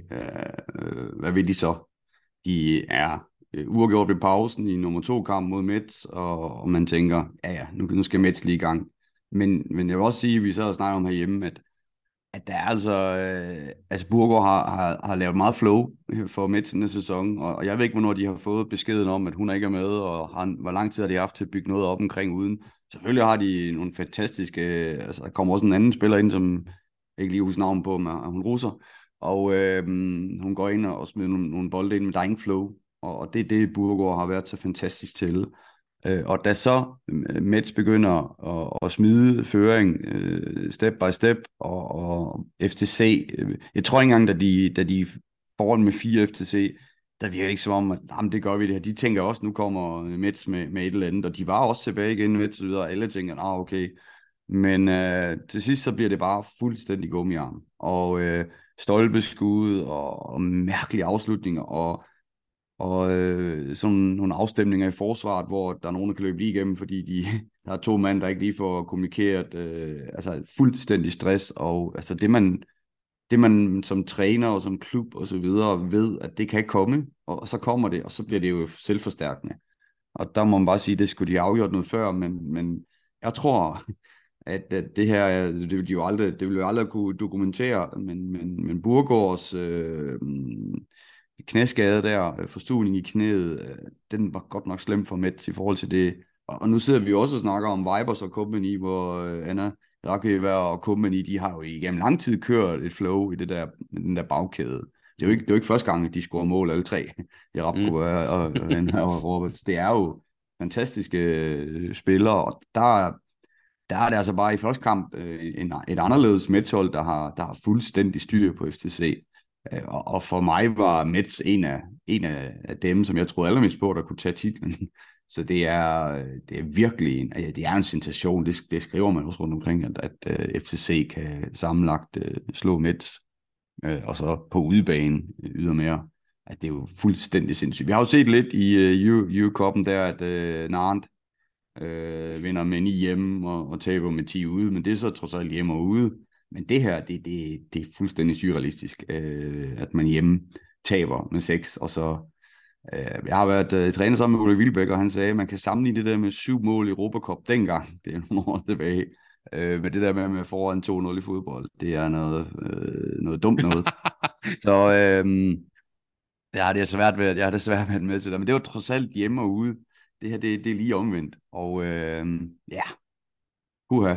øh, hvad vil de så? De er øh, uafgjort ved pausen i nummer to kamp mod Metz, og, og man tænker, ja ja, nu, nu skal Metz lige i gang. Men, men jeg vil også sige, at vi så har snakket om herhjemme, at at der er altså, øh, altså Burgård har, har, har lavet meget flow for Metz denne sæson, og, og jeg ved ikke, hvornår de har fået beskeden om, at hun ikke er med, og har, hvor lang tid har de haft til at bygge noget op omkring uden. Selvfølgelig har de nogle fantastiske, øh, altså der kommer også en anden spiller ind, som jeg ikke lige husker navn på, men hun russer, og øh, hun går ind og smider nogle, nogle bolde ind, men der er ingen flow, og, og det er det, Burgård har været så fantastisk til. Øh, og da så Metz begynder at, at smide føring øh, step by step, og, og F C C, øh, jeg tror ikke engang, da de, da de foran med fire F C C, der virker ikke som om, at jamen, det gør vi det her. De tænker også, nu kommer Metz med, med et eller andet, og de var også tilbage igen, Metz og videre, og alle tænker, ah okay. Men øh, til sidst så bliver det bare fuldstændig gummiarm, og øh, stolpeskud, og, og mærkelige afslutninger, og og øh, sådan nogle afstemninger i forsvaret, hvor der er nogen, der kan løbe lige igennem, fordi de, der er to mand, der ikke lige får kommunikeret, øh, altså fuldstændig stress, og altså det man, det man som træner og som klub og så videre ved, at det kan ikke komme, og, og så kommer det, og så bliver det jo selvforstærkende. Og der må man bare sige, det skulle de have afgjort noget før, men, men jeg tror, at, at det her, det vil de jo aldrig, det vil jo aldrig kunne dokumentere, men, men, men Burgårds øh, knæskade der, forstuvning i knæet, den var godt nok slem for Metz i forhold til det. Og nu sidder vi jo også og snakker om Vipers og Company, hvor Anna Rakeva og Company, de har jo igennem lang tid kørt et flow i det der, den der bagkæde. Det er jo ikke, det er jo ikke første gang, at de scorer mål alle tre. Jerebkova mm. og, og, og, og Roberts. Det er jo fantastiske øh, spillere, og der, der er det altså bare i første kamp øh, en, et anderledes Mets-hold, der har, der har fuldstændig styr på F C C. Øh, og, og for mig var Mets en af, en af dem, som jeg troede allermest på, der kunne tage titlen. Så det er, det er virkelig en, ja, det er en sensation. Det, det skriver man også rundt omkring, at, at uh, F C C kan sammenlagt uh, slå Mets, uh, og så på udebane uh, ydermere. At det er jo fuldstændig sindssygt. Vi har jo set lidt i uh, U-Cupen der, at uh, Nantes uh, vinder med ni hjemme og, og taber med ti ude, men det er så trods alt hjemme og ude. Men det her, det, det, det er fuldstændig surrealistisk, uh, at man hjemme taber med seks, og så jeg har været uh, træner sammen med Ole Wilbæk, og han sagde, at man kan sammenligne det der med syv mål i Europa Cup dengang. Det er nogle år tilbage. Uh, men det der med, med foran to nul i fodbold, det er noget, uh, noget dumt noget. Så uh, jeg har det svært ved, jeg har det svært ved med til det. Men det var trods alt hjemme og ude. Det her, det, det er lige omvendt. Og uh, ja, uha.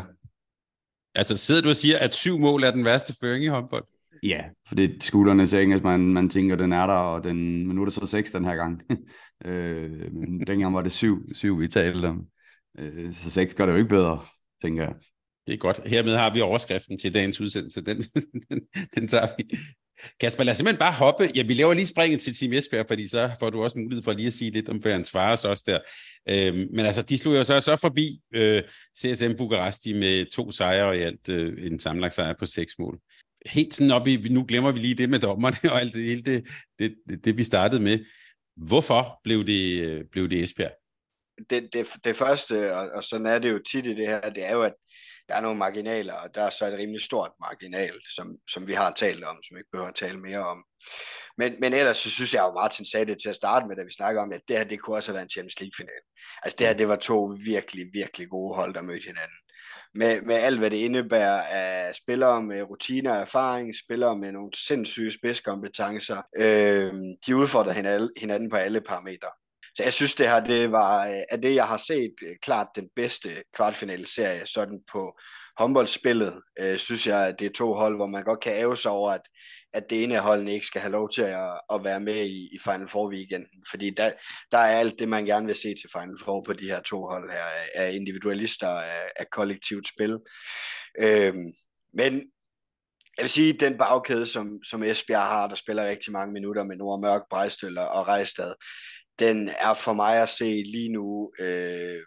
Altså sidder du og siger, at syv mål er den værste føring i håndbold? Ja, for det skuldrene tænker, man, man tænker, den er der, og den, men nu er det så seks den her gang. øh, men dengang var det syv, syv vi talte om. Øh, så seks gør det jo ikke bedre, tænker jeg. Det er godt. Hermed har vi overskriften til dagens udsendelse. Den, den, den tager vi. Kasper, lad os simpelthen bare hoppe. Ja, vi laver lige springet til Team Esbjerg, fordi så får du også mulighed for lige at sige lidt om Ferenc Varos også der. Øh, men altså, de slog jo så, så forbi øh, C S M Bukaresti med to sejre og i alt øh, en sammenlagt sejr på seks mål. Helt sådan op i, nu glemmer vi lige det med dommerne og alt det, hele det, det, det, det vi startede med. Hvorfor blev det, blev det Esbjerg? Det, det, det første, og, og sådan er det jo tit i det her, det er jo, at der er nogle marginaler, og der er så et rimelig stort marginal, som, som vi har talt om, som vi ikke behøver at tale mere om. Men, men ellers så synes jeg jo, Martin sagde det til at starte med, da vi snakker om, at det her, det kunne også have været en Champions League-final. Altså det her, det var to virkelig, virkelig gode hold, der mødte hinanden. Med, med alt, hvad det indebærer af spillere med rutiner og erfaring, spillere med nogle sindssyge spidskompetencer. Øh, de udfordrer hinanden, hinanden på alle parametre. Så jeg synes, det her det var af det, jeg har set, klart den bedste kvartfinale-serie sådan på håndboldspillet. Øh, synes jeg, at det er to hold, hvor man godt kan æve sig over, at, at det ene af holdene ikke skal have lov til at, at være med i, i Final Four weekenden. Fordi der, der er alt det, man gerne vil se til Final Four på de her to hold her, af individualister, af, af kollektivt spil. Øh, men jeg vil sige, at den bagkæde, som, som Esbjerg har, der spiller rigtig mange minutter med Nora Mørk, Brejstøl og Rejstad, den er for mig at se lige nu øh,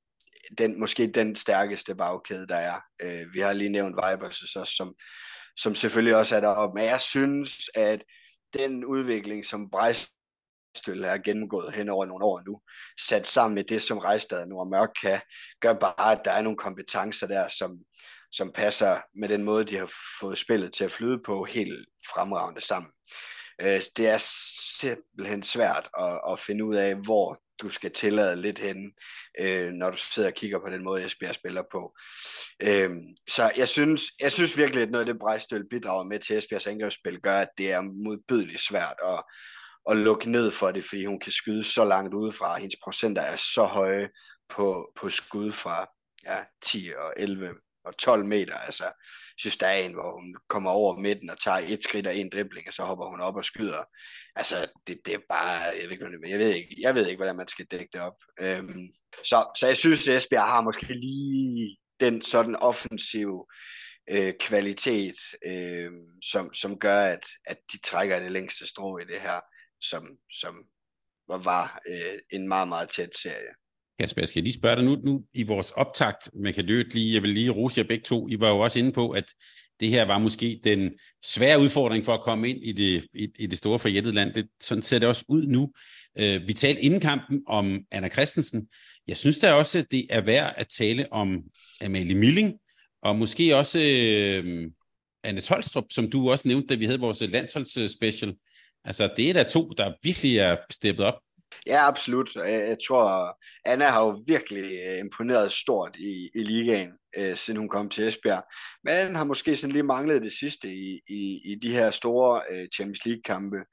den, måske den stærkeste bagkæde, der er. Øh, vi har lige nævnt Vibers også, som, som selvfølgelig også er deroppe. Men jeg synes, at den udvikling, som Brejstøl har gennemgået hen over nogle år nu, sat sammen med det, som Rejstad og Nora Mørk kan, gør bare, at der er nogle kompetencer der, som, som passer med den måde, de har fået spillet til at flyde på, helt fremragende sammen. Det er simpelthen svært at, at finde ud af, hvor du skal tillade lidt hen, øh, når du sidder og kigger på den måde, Esbjerg spiller på. Øh, så jeg synes, jeg synes virkelig, at noget af det Brejstøl bidrager med til Esbjergs angrebsspil, gør, at det er modbydeligt svært at, at lukke ned for det, fordi hun kan skyde så langt udefra. Hendes procenter er så høje på, på skud fra ja, ti og elleve og tolv meter, altså, jeg synes, der er en, hvor hun kommer over midten og tager et skridt og en dribling, og så hopper hun op og skyder. Altså, det, det er bare, jeg ved, ikke, jeg, ved ikke, jeg ved ikke, hvordan man skal dække det op. Øhm, så, så jeg synes, at Esbjerg har måske lige den sådan offensiv øh, kvalitet, øh, som, som gør, at, at de trækker det længste strå i det her, som, som var øh, en meget, meget tæt serie. Kasper, jeg skal lige spørge dig nu, nu i vores optakt, man kan løbe lige, jeg vil lige rose jer begge to, I var jo også inde på, at det her var måske den svære udfordring for at komme ind i det, i, i det store forjættede land. Det, sådan ser det også ud nu. Uh, vi talte inden kampen om Anna Christensen. Jeg synes da også, at det er værd at tale om Amalie Milling, og måske også uh, Anne Tolstrup, som du også nævnte, da vi havde vores landsholdsspecial. Altså, det er da to, der virkelig er steppet op. Ja, absolut. Jeg tror, Anna har jo virkelig imponeret stort i, i ligaen, øh, siden hun kom til Esbjerg. Men har måske sådan lige manglet det sidste i, i, i de her store øh, Champions League-kampe.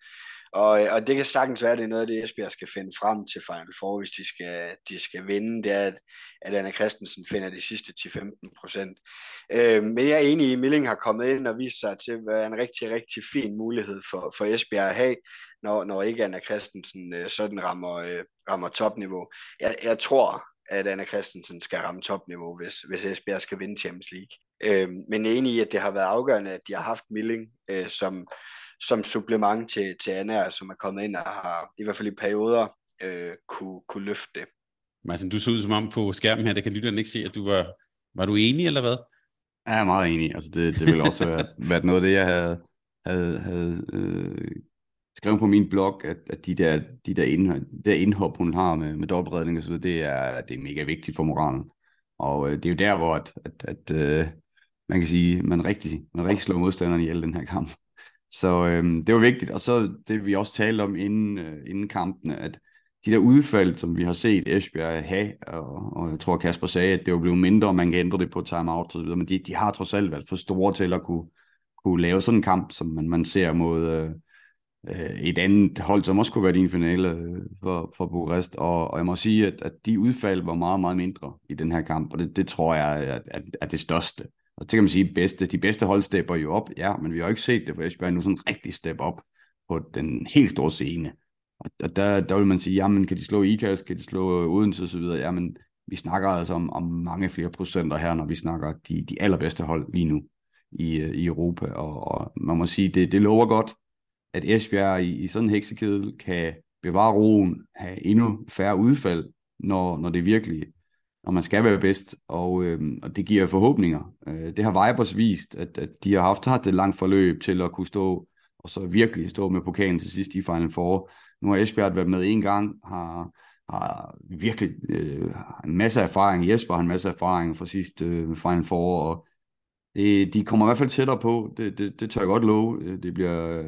Og, og det kan sagtens være, at det er noget af det, Esbjerg skal finde frem til Final Four, hvis de skal, de skal vinde. Det er, at, at Anna Christensen finder de sidste ti til femten procent. Øh, men jeg er enig i, at Milling har kommet ind og vist sig til at være en rigtig, rigtig fin mulighed for, for Esbjerg at have, når, når ikke Anna Christensen øh, sådan rammer, øh, rammer topniveau. Jeg, jeg tror, at Anna Christensen skal ramme topniveau, hvis, hvis Esbjerg skal vinde Champions League. Øh, men jeg er enig i, at det har været afgørende, at de har haft Milling øh, som som supplement til, til Anna, som er kommet ind og har i hvert fald i perioder øh, kunne, kunne løfte det. Martin, du så ud som om på skærmen her, der kan lytterne ikke se, at du var, var du enig, eller hvad? Jeg er meget enig. Altså det, det ville også være, været noget af det, jeg havde, havde, havde øh, skrevet på min blog, at, at de der, de der, indhop, der indhop, hun har med, med dobbeltredning og så videre, det er, det er mega vigtigt for moralen. Og øh, det er jo der, hvor at, at, at, øh, man kan sige, man rigtig, man rigtig slår modstanderen ihjel den her kamp. Så øhm, det var vigtigt, og så det vi også talte om inden, øh, inden kampene, at de der udfald, som vi har set Esbjerg have, og, og jeg tror Kasper sagde, at det var blevet mindre, og man kan ændre det på timeout og så videre, men de, de har trods alt været for store til at kunne, kunne lave sådan en kamp, som man, man ser mod øh, et andet hold, som også kunne være i en finale øh, for, for Bukarest, og, og jeg må sige, at, at de udfald var meget, meget mindre i den her kamp, og det, det tror jeg er, er, er det største. Og det kan man sige, bedste, de bedste hold stepper jo op, ja, men vi har jo ikke set det for Esbjerg nu sådan rigtig step op på den helt store scene. Og der, der vil man sige, jamen kan de slå Ikast, kan de slå Odense og så videre, jamen vi snakker altså om, om mange flere procenter her, når vi snakker de, de allerbedste hold lige nu i, i Europa, og, og man må sige, det, det lover godt, at Esbjerg i, i sådan en heksekedel kan bevare roen, have endnu færre udfald, når, når det virkelig og man skal være bedst, og, øh, og det giver forhåbninger. Øh, det har Vipers vist, at, at de har haft, haft et langt forløb til at kunne stå, og så virkelig stå med pokalen til sidst i Final Four. Nu har Esbjerg været med en gang, har, har virkelig øh, en masse erfaring. Jesper har en masse erfaring fra sidst øh, Final Four, og det, de kommer i hvert fald tættere på. Det, det, det tør jeg godt love. Det bliver,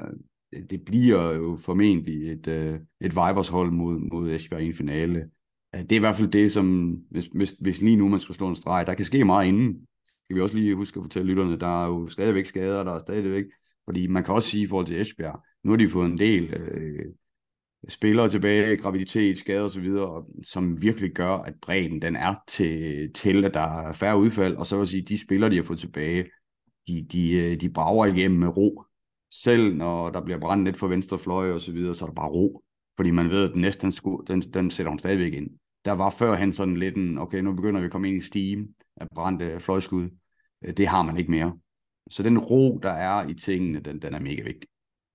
øh, det bliver jo formentlig et, øh, et Vipers hold mod, mod Esbjerg i en finale. Det er i hvert fald det, som, hvis, hvis, hvis lige nu man skulle slå en streg, der kan ske meget inden. Skal vi også lige huske at fortælle lytterne, der er jo stadigvæk skader, der er stadigvæk, fordi man kan også sige i forhold til Esbjerg, nu har de fået en del øh, spillere tilbage, graviditet, skader og så videre, som virkelig gør, at bredden den er til, til at der er færre udfald, og så vil jeg sige, de spillere, de har fået tilbage, de, de, de brager igennem med ro. Selv når der bliver brændt lidt for venstre fløj og så videre, så er der bare ro. Fordi man ved, at den næste, den, den sætter hun stadigvæk ind. Der var førhen sådan lidt en, okay, nu begynder vi at komme ind i steam af brændte fløjskud. Det har man ikke mere. Så den ro, der er i tingene, den, den er mega vigtig.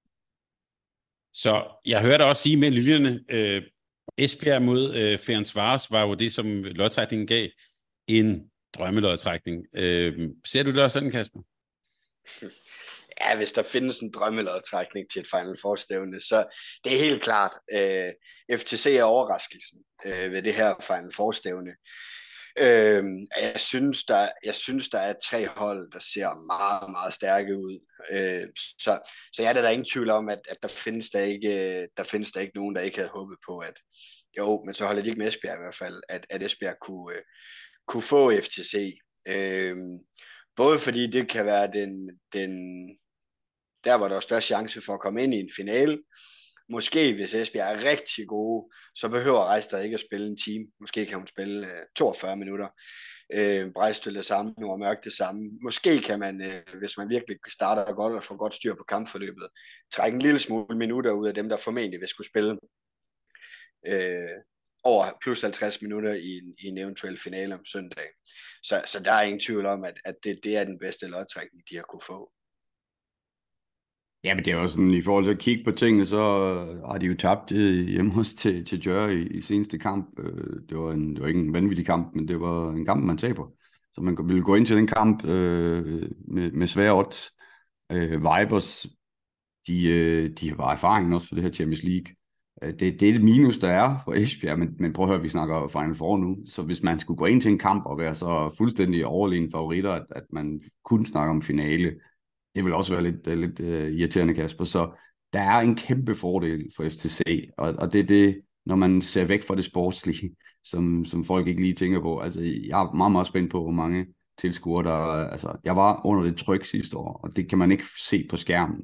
Så jeg hørte også sige med linjerne, øh, Esbjerg mod øh, Ferencvaros var jo det, som lodtrækningen gav, en drømmelodtrækning. Øh, ser du det også sådan, Kasper? Ja, hvis der findes en drømmelodtrækning til et Final Four-stævne, så det er helt klart, øh, F T C er overraskelsen øh, ved det her Final Four-stævne. Øh, jeg, synes, der, jeg synes, der er tre hold, der ser meget, meget stærke ud. Øh, så, så ja, der er der ingen tvivl om, at, at der, findes der, ikke, der findes der ikke nogen, der ikke havde håbet på, at jo, men så holder de ikke med Esbjerg i hvert fald, at, at Esbjerg kunne, øh, kunne få F T C. Øh, både fordi det kan være den, den der var der størst chance for at komme ind i en finale. Måske, hvis Esbjerg er rigtig gode, så behøver Rejstad ikke at spille en time. Måske kan hun spille øh, toogfyrre minutter. Øh, Brejstøl det samme, nu er Mørk det samme. Måske kan man, øh, hvis man virkelig starter godt og får godt styr på kampforløbet, trække en lille smule minutter ud af dem, der formentlig vil skulle spille øh, over plus halvtreds minutter i en, i en eventuel finale om søndag. Så, så der er ingen tvivl om, at, at det, det er den bedste lodtrækning, de har kunne få. Ja, men det er også sådan, i forhold til at kigge på tingene, så har de jo tabt hjemme hos til, til Jør i, i seneste kamp. Det var, en, det var ikke en vanvittig kamp, men det var en kamp, man taber. Så man ville gå ind til den kamp øh, med, med svære odds. Øh, Vipers, de, øh, de har erfaringen også for det her Champions League. Det, det er det minus, der er for Esbjerg, men, men prøv at høre, vi snakker Final Four nu. Så hvis man skulle gå ind til en kamp og være så fuldstændig overlegen favoritter, at, at man kun snakker om finale, det vil også være lidt, lidt uh, irriterende, Kasper. Så der er en kæmpe fordel for F T C, og, og det er det, når man ser væk fra det sportslige, som, som folk ikke lige tænker på. Altså, jeg er meget, meget spændt på, hvor mange tilskuere der... Altså, jeg var under det tryk sidste år, og det kan man ikke se på skærmen.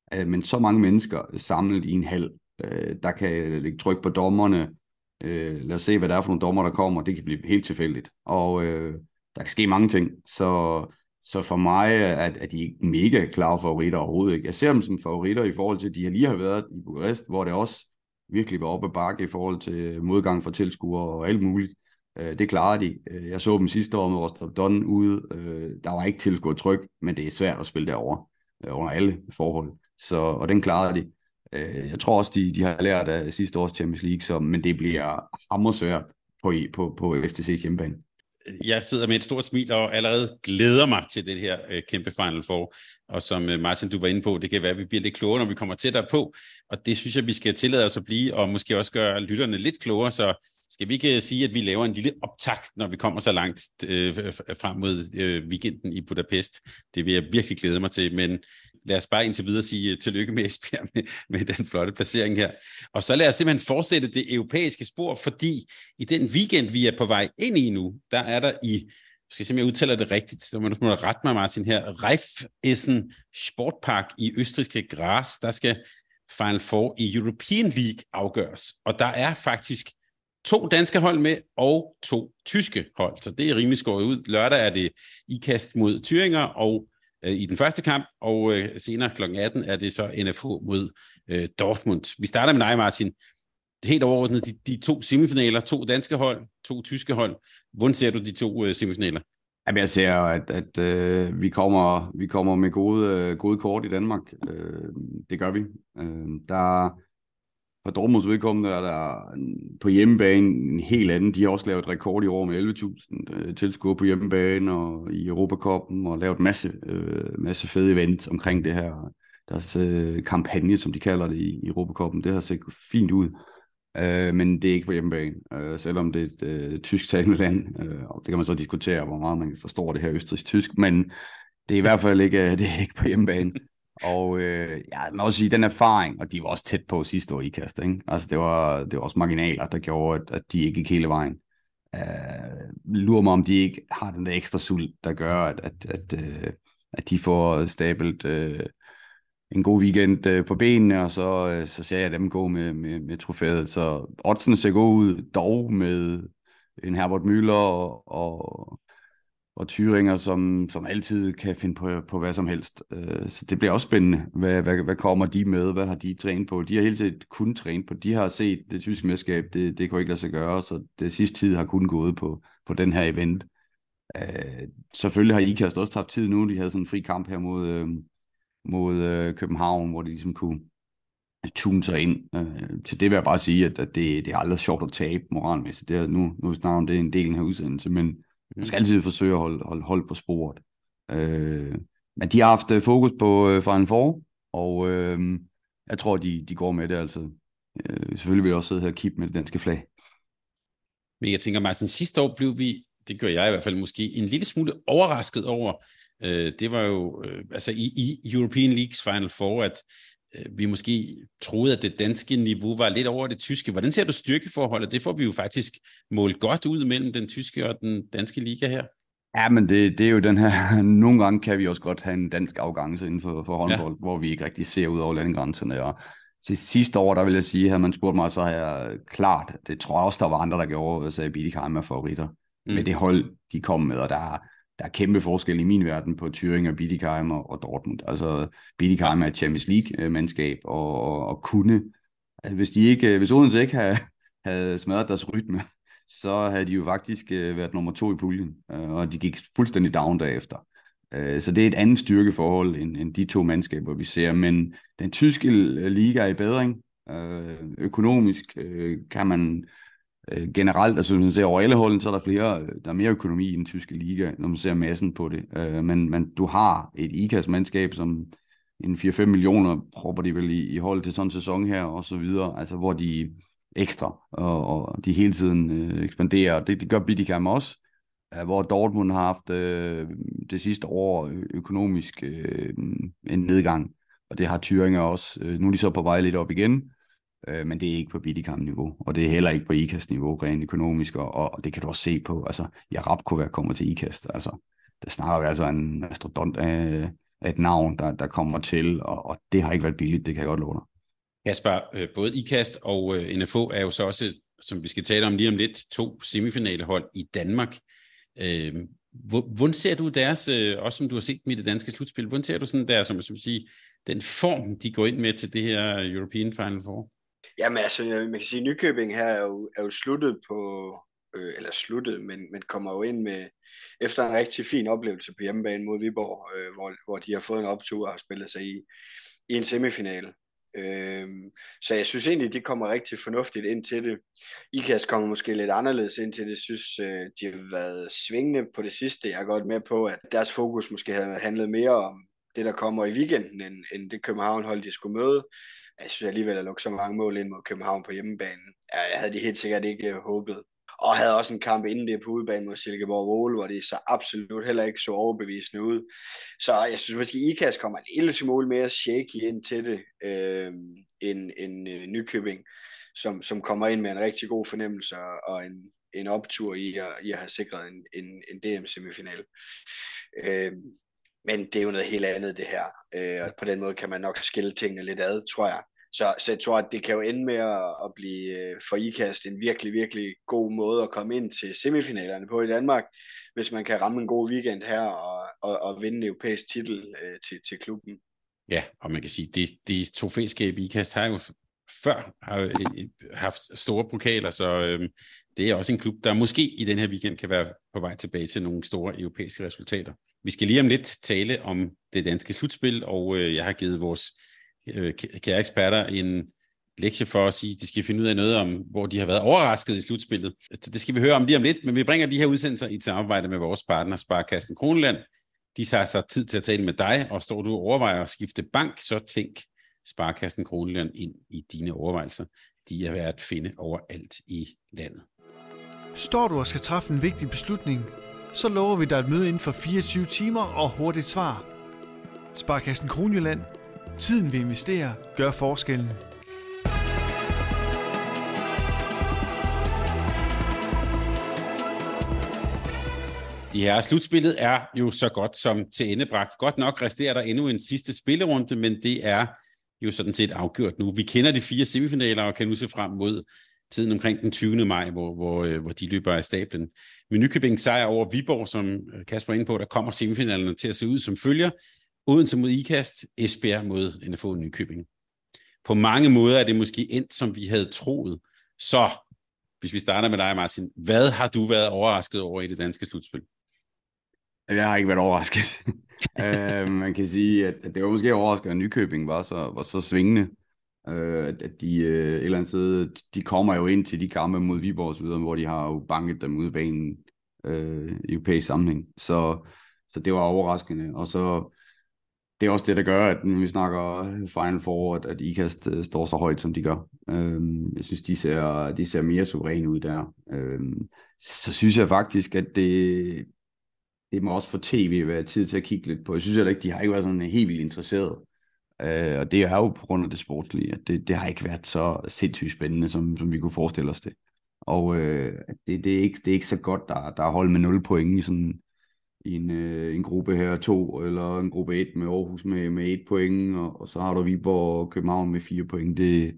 øh, men så mange mennesker samlet i en hal, øh, der kan lægge tryk på dommerne. Øh, lad os se, hvad der er for nogle dommer, der kommer. Det kan blive helt tilfældigt. Og øh, der kan ske mange ting. Så, så for mig er, er de ikke mega klare favoritter overhovedet ikke. Jeg ser dem som favoritter i forhold til, at de lige har været i Bukarest, hvor det også virkelig var oppe ad bakke i forhold til modgang for tilskuere og alt muligt. Øh, det klarer de. Jeg så dem sidste år med Rostov Don ude. Øh, der var ikke tilskuertryk, men det er svært at spille derovre øh, under alle forhold. Så, og den klarede de. Jeg tror også, de, de har lært af sidste års Champions League, så, men det bliver hammersvært på, på, på F C C's hjemmebane. Jeg sidder med et stort smil og allerede glæder mig til det her øh, kæmpe Final Four. Og som øh, Martin, du var inde på, det kan være, at vi bliver lidt klogere, når vi kommer tættere på. Og det synes jeg, vi skal tillade os at blive, og måske også gøre lytterne lidt klogere. Så skal vi ikke sige, at vi laver en lille optakt, når vi kommer så langt øh, frem mod øh, weekenden i Budapest. Det vil jeg virkelig glæde mig til, men lad os bare indtil videre sige tillykke med Esbjerg med, med den flotte placering her. Og så lad os simpelthen fortsætte det europæiske spor, fordi i den weekend, vi er på vej ind i nu, der er der i, skal jeg se, om jeg udtaler det rigtigt, så må du rette mig, Martin, her, Raiffeisen Sportpark i østrigske Graz, der skal Final Four i European League afgøres. Og der er faktisk to danske hold med, og to tyske hold, så det er rimelig skåret ud. Lørdag er det Ikast mod Thüringer, og øh, i den første kamp, og øh, senere klokken atten er det så N F H mod øh, Dortmund. Vi starter med dig, Martin. Helt overordnet, de, de to semifinaler, to danske hold, to tyske hold. Hvordan ser du de to øh, semifinaler? Jamen, jeg ser, at, at øh, vi, kommer, vi kommer med gode, øh, gode kort i Danmark. Øh, det gør vi. Øh, der For Dortmunds vedkommende er der på hjemmebane en helt anden. De har også lavet rekord i år med elleve tusind øh, tilskuere på hjemmebane og i Europacupen og lavet masse, øh, masse fede events omkring det her. Deres øh, kampagne, som de kalder det i, i Europacupen, det har set fint ud. Øh, men det er ikke på hjemmebane, øh, selvom det er et øh, tysk-talende land. Øh, og det kan man så diskutere, hvor meget man forstår det her østrigsk-tysk, men det er i hvert fald ikke, det er ikke på hjemmebane. Og øh, jeg må også sige, den erfaring, og de var også tæt på sidste år i Ikast, ikke? Altså det var, det var også marginaler, der gjorde, at, at de ikke gik hele vejen. Øh, lurer mig, om de ikke har den der ekstra sult, der gør, at, at, at, øh, at de får stablet øh, en god weekend øh, på benene, og så, øh, så ser jeg dem gå med, med, med trofæet. Så oddsene ser gode ud, dog med en Herbert Müller og, og og Thüringer, som, som altid kan finde på, på hvad som helst. Uh, så det bliver også spændende. Hvad, hvad, hvad kommer de med? Hvad har de trænet på? De har hele tiden kun trænet på. De har set det tyske mesterskab, det, det kunne ikke lade sig gøre, så det sidste tid har kun gået på, på den her event. Uh, selvfølgelig har Ikast også tabt tid nu. De havde sådan en fri kamp her mod, uh, mod uh, København, hvor de ligesom kunne tune sig ind. Uh, til det vil jeg bare sige, at, at det, det er aldrig sjovt at tabe moralmæssigt. Det er, nu, nu snakker det er en del af den her udsendelse, men man skal altid forsøge at holde, holde, holde på sporet. Øh, men de har haft fokus på øh, Final Four, og øh, jeg tror, de, de går med det. Altså. Øh, selvfølgelig vil jeg også sidde her og kippe med det danske flag. Men jeg tænker, Martin, sidste år blev vi, det gør jeg i hvert fald måske, en lille smule overrasket over. Øh, det var jo øh, altså i, i European Leagues Final Four, at øh, vi måske troede, at det danske niveau var lidt over det tyske. Hvordan ser du styrkeforholdet? Det får vi jo faktisk målt godt ud mellem den tyske og den danske liga her. Ja, men det, det er jo den her, nogle gange kan vi også godt have en dansk afgangse inden for, for håndbold, ja. Hvor vi ikke rigtig ser ud over landegrænserne. Og til sidste år, der vil jeg sige, havde man spurgt mig, så har jeg klart, det tror jeg også, der var andre, der gjorde, så Bietigheim er favoritter. Mm. Med det hold, de kom med, og der er, der er kæmpe forskel i min verden på Thüringer, Bietigheim og, og Dortmund. Altså, Bietigheim er et Champions League-mandskab, og, og, og kunne, altså, hvis, de ikke, hvis Odense ikke havde, havde smadret deres rytme, så havde de jo faktisk øh, været nummer to i puljen, øh, og de gik fuldstændig down derefter. Øh, så det er et andet styrkeforhold end, end de to mandskaber, vi ser. Men den tyske liga er i bedring. Øh, økonomisk øh, kan man øh, generelt, altså hvis man ser over alle holden, så er der flere, der er mere økonomi i den tyske liga, når man ser massen på det. Øh, men, men du har et Ikast-mandskab, som en fire fem millioner propper de vel i, i hold til sådan en sæson her, og så videre, altså hvor de ekstra, og, og de hele tiden øh, ekspanderer. Det, det gør Bietigheim også, øh, hvor Dortmund har haft øh, det sidste år økonomisk øh, en nedgang, og det har Thüringer også. Øh, nu er de så på vej lidt op igen, øh, men det er ikke på Bietigheim-niveau, og det er heller ikke på Ikast-niveau, rent økonomisk, og, og det kan du også se på, altså, Jarabko kommer til Ikast, altså, der snakker vi altså en mastodont af, et navn, der, der kommer til, og, og det har ikke været billigt, det kan jeg godt love dig. Kasper, både IKAST og N F O er jo så også, som vi skal tale om lige om lidt, to semifinalehold i Danmark. Hvordan ser du deres, også som du har set dem i det danske slutspil, hvordan ser du sådan der, som jeg skal sige, den form, de går ind med til det her European Final Four? Jamen altså, man kan sige, at Nykøbing her er jo, er jo sluttet på, øh, eller sluttet, men, men kommer jo ind med, efter en rigtig fin oplevelse på hjemmebane mod Viborg, øh, hvor, hvor de har fået en optur og har spillet sig i, i en semifinale. Øh, så jeg synes egentlig, de kommer rigtig fornuftigt ind til det. IKAST kommer måske lidt anderledes ind til det. Jeg synes, øh, de har været svingende på det sidste. Jeg er godt med på, at deres fokus måske havde handlet mere om det, der kommer i weekenden, end, end det København-hold, de skulle møde. Jeg synes alligevel, at lukke så mange mål ind mod København på hjemmebanen, jeg havde de helt sikkert ikke håbet. Og havde også en kamp inden det på udebane mod Silkeborg Vole, hvor det så absolut heller ikke så overbevisende ud. Så jeg synes måske, IKAST kommer en lille smule mere shaky ind til det, øh, end, end øh, Nykøbing, som, som kommer ind med en rigtig god fornemmelse og en, en optur i at, i at have sikret en, en, en D M-semifinal. Øh, men det er jo noget helt andet, det her. Øh, og på den måde kan man nok skille tingene lidt ad, tror jeg. Så, så jeg tror, at det kan jo ende med at, at blive for IKAST en virkelig, virkelig god måde at komme ind til semifinalerne på i Danmark, hvis man kan ramme en god weekend her og, og, og vinde en europæisk titel øh, til, til klubben. Ja, og man kan sige, det, det trofæskab IKAST har jo før har haft store pokaler, så øh, det er også en klub, der måske i den her weekend kan være på vej tilbage til nogle store europæiske resultater. Vi skal lige om lidt tale om det danske slutspil, og øh, jeg har givet vores kære eksperter en lektie for at sige, at de skal finde ud af noget om, hvor de har været overrasket i slutspillet. Så det skal vi høre om lige om lidt, men vi bringer de her udsendelser i et samarbejde med vores partner, Sparkassen Kronjylland. De tager sig tid til at tale med dig, og står du og overvejer at skifte bank, så tænk Sparkassen Kronjylland ind i dine overvejelser. De er værd at finde overalt i landet. Står du og skal træffe en vigtig beslutning, så lover vi dig et møde inden for fireogtyve timer og hurtigt svar. Sparkassen Kronjylland. Tiden vi investerer gør forskellen. De her slutspillet er jo så godt som til endebragt. Godt nok resterer der endnu en sidste spillerunde, men det er jo sådan set afgjort nu. Vi kender de fire semifinaler og kan nu se frem mod tiden omkring den tyvende maj, hvor, hvor, hvor de løber af stablen. Med Nykøbing sejr over Viborg, som Kasper er inde på, der kommer semifinalerne til at se ud som følger. Odense mod IKAST, Esbjerg mod N F O Nykøbing. På mange måder er det måske endt, som vi havde troet. Så, hvis vi starter med dig, Martin, hvad har du været overrasket over i det danske slutspil? Jeg har ikke været overrasket. uh, man kan sige, at, at det var måske overrasket, at Nykøbing var så, var så svingende. Uh, at de uh, et eller andet sted, de kommer jo ind til de kampe mod Viborg og så videre, hvor de har jo banket dem ud af banen uh, i europæisk sammenhæng. Så, så det var overraskende. Og så det er også det, der gør, at når vi snakker Final Four, at, at IKAST uh, står så højt, som de gør. Uh, jeg synes, de ser, de ser mere suveræne ud der. Uh, så synes jeg faktisk, at det, det må også for tv være tid til at kigge lidt på. Jeg synes heller ikke, de har ikke været sådan helt vildt interesseret. Uh, og det er jo på grund af det sportslige, at det, det har ikke været så sindssygt spændende, som, som vi kunne forestille os det. Og uh, det, det, er ikke, det er ikke så godt, der, der er hold med nul point i sådan i en, øh, en gruppe her to, eller en gruppe et med Aarhus med, med et point, og, og så har du Viborg og København med fire point. Det,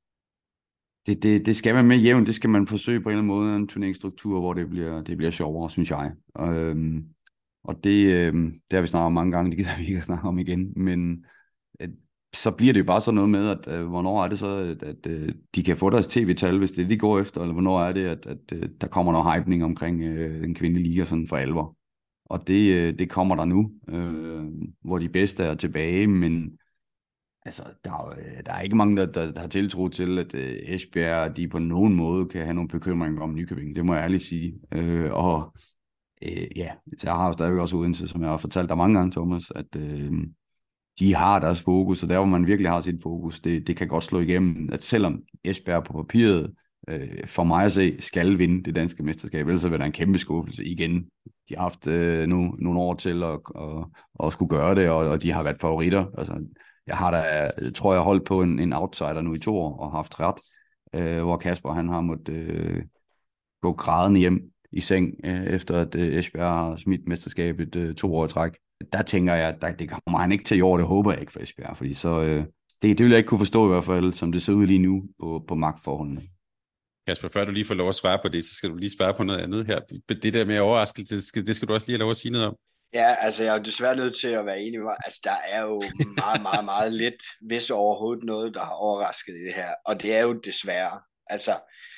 det, det, det skal man med jævnt, det skal man forsøge på en eller anden måde, en turneringsstruktur, hvor det bliver, det bliver sjovere, synes jeg. Og, øhm, og det, øhm, det har vi snakket om mange gange, det gider vi ikke at snakke om igen, men at, så bliver det jo bare sådan noget med, at øh, hvornår er det så, at, at øh, de kan få deres tv-tal, hvis det er det, de går efter, eller hvornår er det, at, at øh, der kommer noget hypning omkring øh, den kvindelige liga sådan for alvor. Og det, det kommer der nu, øh, hvor de bedste er tilbage, men altså, der, er, der er ikke mange, der, der, der har tiltro til, at øh, Esbjerg, de på nogen måde kan have nogle bekymringer om Nykøbing. Det må jeg ærligt sige. Øh, og øh, ja, så jeg har jo stadigvæk også Odense, som jeg har fortalt dig mange gange, Thomas, at øh, de har deres fokus, og der hvor man virkelig har sit fokus, det, det kan godt slå igennem, at selvom Esbjerg på papiret, øh, for mig at se, skal vinde det danske mesterskab, ellers så vil der en kæmpe skuffelse igen. De har haft øh, nu, nogle år til at, at, at skulle gøre det, og, og de har været favoritter. Altså, jeg har da, tror jeg, holdt på en, en outsider nu i to år, og haft ret, øh, hvor Kasper han har måttet øh, gå grædende hjem i seng, øh, efter at øh, Esbjerg har smidt mesterskabet øh, to år i træk. der tænker jeg, at der, det kommer han ikke til i år, det håber jeg ikke for Esbjerg, fordi så, øh, det, det vil jeg ikke kunne forstå i hvert fald, som det ser ud lige nu på, på magtforholdene. Kasper, før du lige får lov at svare på det, så skal du lige svare på noget andet her. Det der med overraskelse, det skal, det skal du også lige have lov at sige noget om. Ja, altså jeg er jo desværre nødt til at være enig med mig. Altså der er jo meget, meget, meget lidt, hvis overhovedet noget, der har overrasket i det her. Og det er jo desværre. Altså,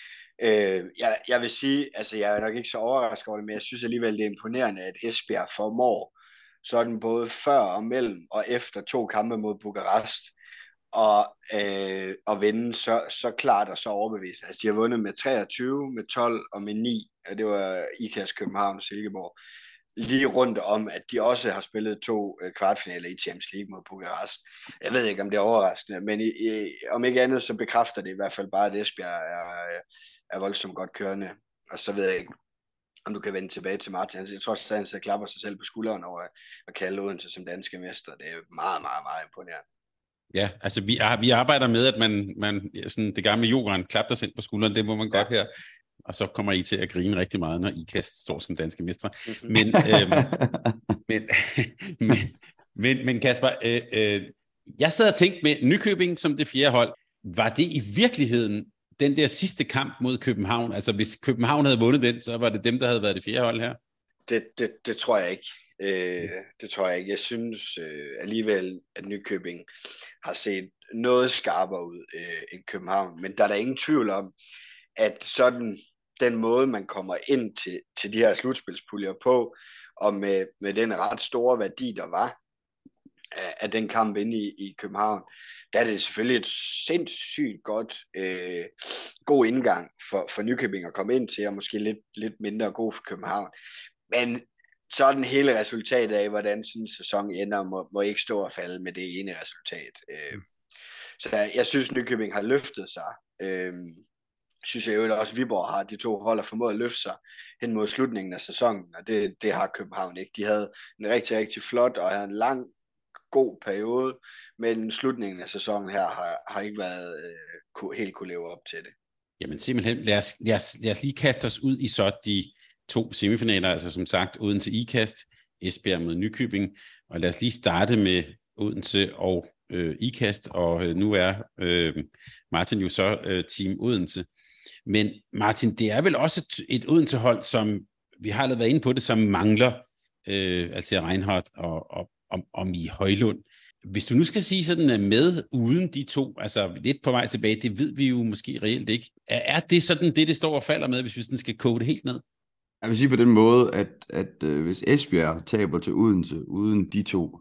øh, jeg, jeg vil sige, altså jeg er nok ikke så overrasket over det, men jeg synes alligevel, det er imponerende, at Esbjerg formår sådan både før og mellem og efter to kampe mod Bukarest og, øh, og vinde så, så klart og så overbevist. Altså de har vundet med treogtyve, med tolv og med ni, og det var I K A S København og Silkeborg. Lige rundt om, at de også har spillet to øh, kvartfinaler i Champions League mod Bukarest. Jeg ved ikke, om det er overraskende, men i, i, om ikke andet, så bekræfter det i hvert fald bare, at Esbjerg er, er voldsomt godt kørende. Og så ved jeg ikke, om du kan vende tilbage til Martin. Jeg tror også, at han klapper sig selv på skulderen over at kalde Odense som danske mester. Det er meget, meget, meget imponerende. Ja, altså vi, er, vi arbejder med, at man, man sådan det gamle Joran klapper sig selv på skulderen, det må man ja. godt her. Og så kommer I til at grine rigtig meget, når I K A S står som danske mestre. Men, øhm, men, men, men, men Kasper, øh, øh, jeg sad og tænkte med Nykøbing som det fjerde hold. Var det i virkeligheden den der sidste kamp mod København? Altså hvis København havde vundet den, så var det dem, der havde været det fjerde hold her? Det, det, det tror jeg ikke. Øh, det tror jeg ikke. Jeg synes øh, alligevel, at Nykøbing har set noget skarpere ud øh, end København. Men der er der ingen tvivl om, at sådan den måde, man kommer ind til, til de her slutspilspuljer på, og med, med den ret store værdi, der var af, af den kamp inde i, i København, der er det selvfølgelig et sindssygt godt, øh, god indgang for, for Nykøbing at komme ind til, og måske lidt, lidt mindre god for København. Men sådan hele resultatet af, hvordan sådan en sæson ender, må, må ikke stå og falde med det ene resultat. Øh, så jeg, jeg synes, Nykøbing har løftet sig. Øh, synes jeg jo også, at Viborg har de to hold formået at løfte sig hen mod slutningen af sæsonen, og det, det har København ikke. De havde en rigtig, rigtig flot og havde en lang, god periode, men slutningen af sæsonen her har, har ikke været øh, kunne, helt kunne leve op til det. Jamen simpelthen, lad os, lad, os, lad os lige kaste os ud i så de to semifinaler, altså som sagt Odense I K A S, Esbjerg mod Nykøbing, og lad os lige starte med Odense og øh, I K A S, og øh, nu er øh, Martin jo så øh, team Odense. Men Martin, det er vel også et, et Odense-hold, som vi har været inde på det, som mangler øh, altså Reinhardt og, og, og, og Mie Højlund. Hvis du nu skal sige sådan med uden de to, altså lidt på vej tilbage, det ved vi jo måske reelt ikke. Er, er det sådan det, det står og falder med, hvis vi sådan skal koge det helt ned? Jeg vil sige på den måde, at, at øh, hvis Esbjerg taber til Odense uden de to,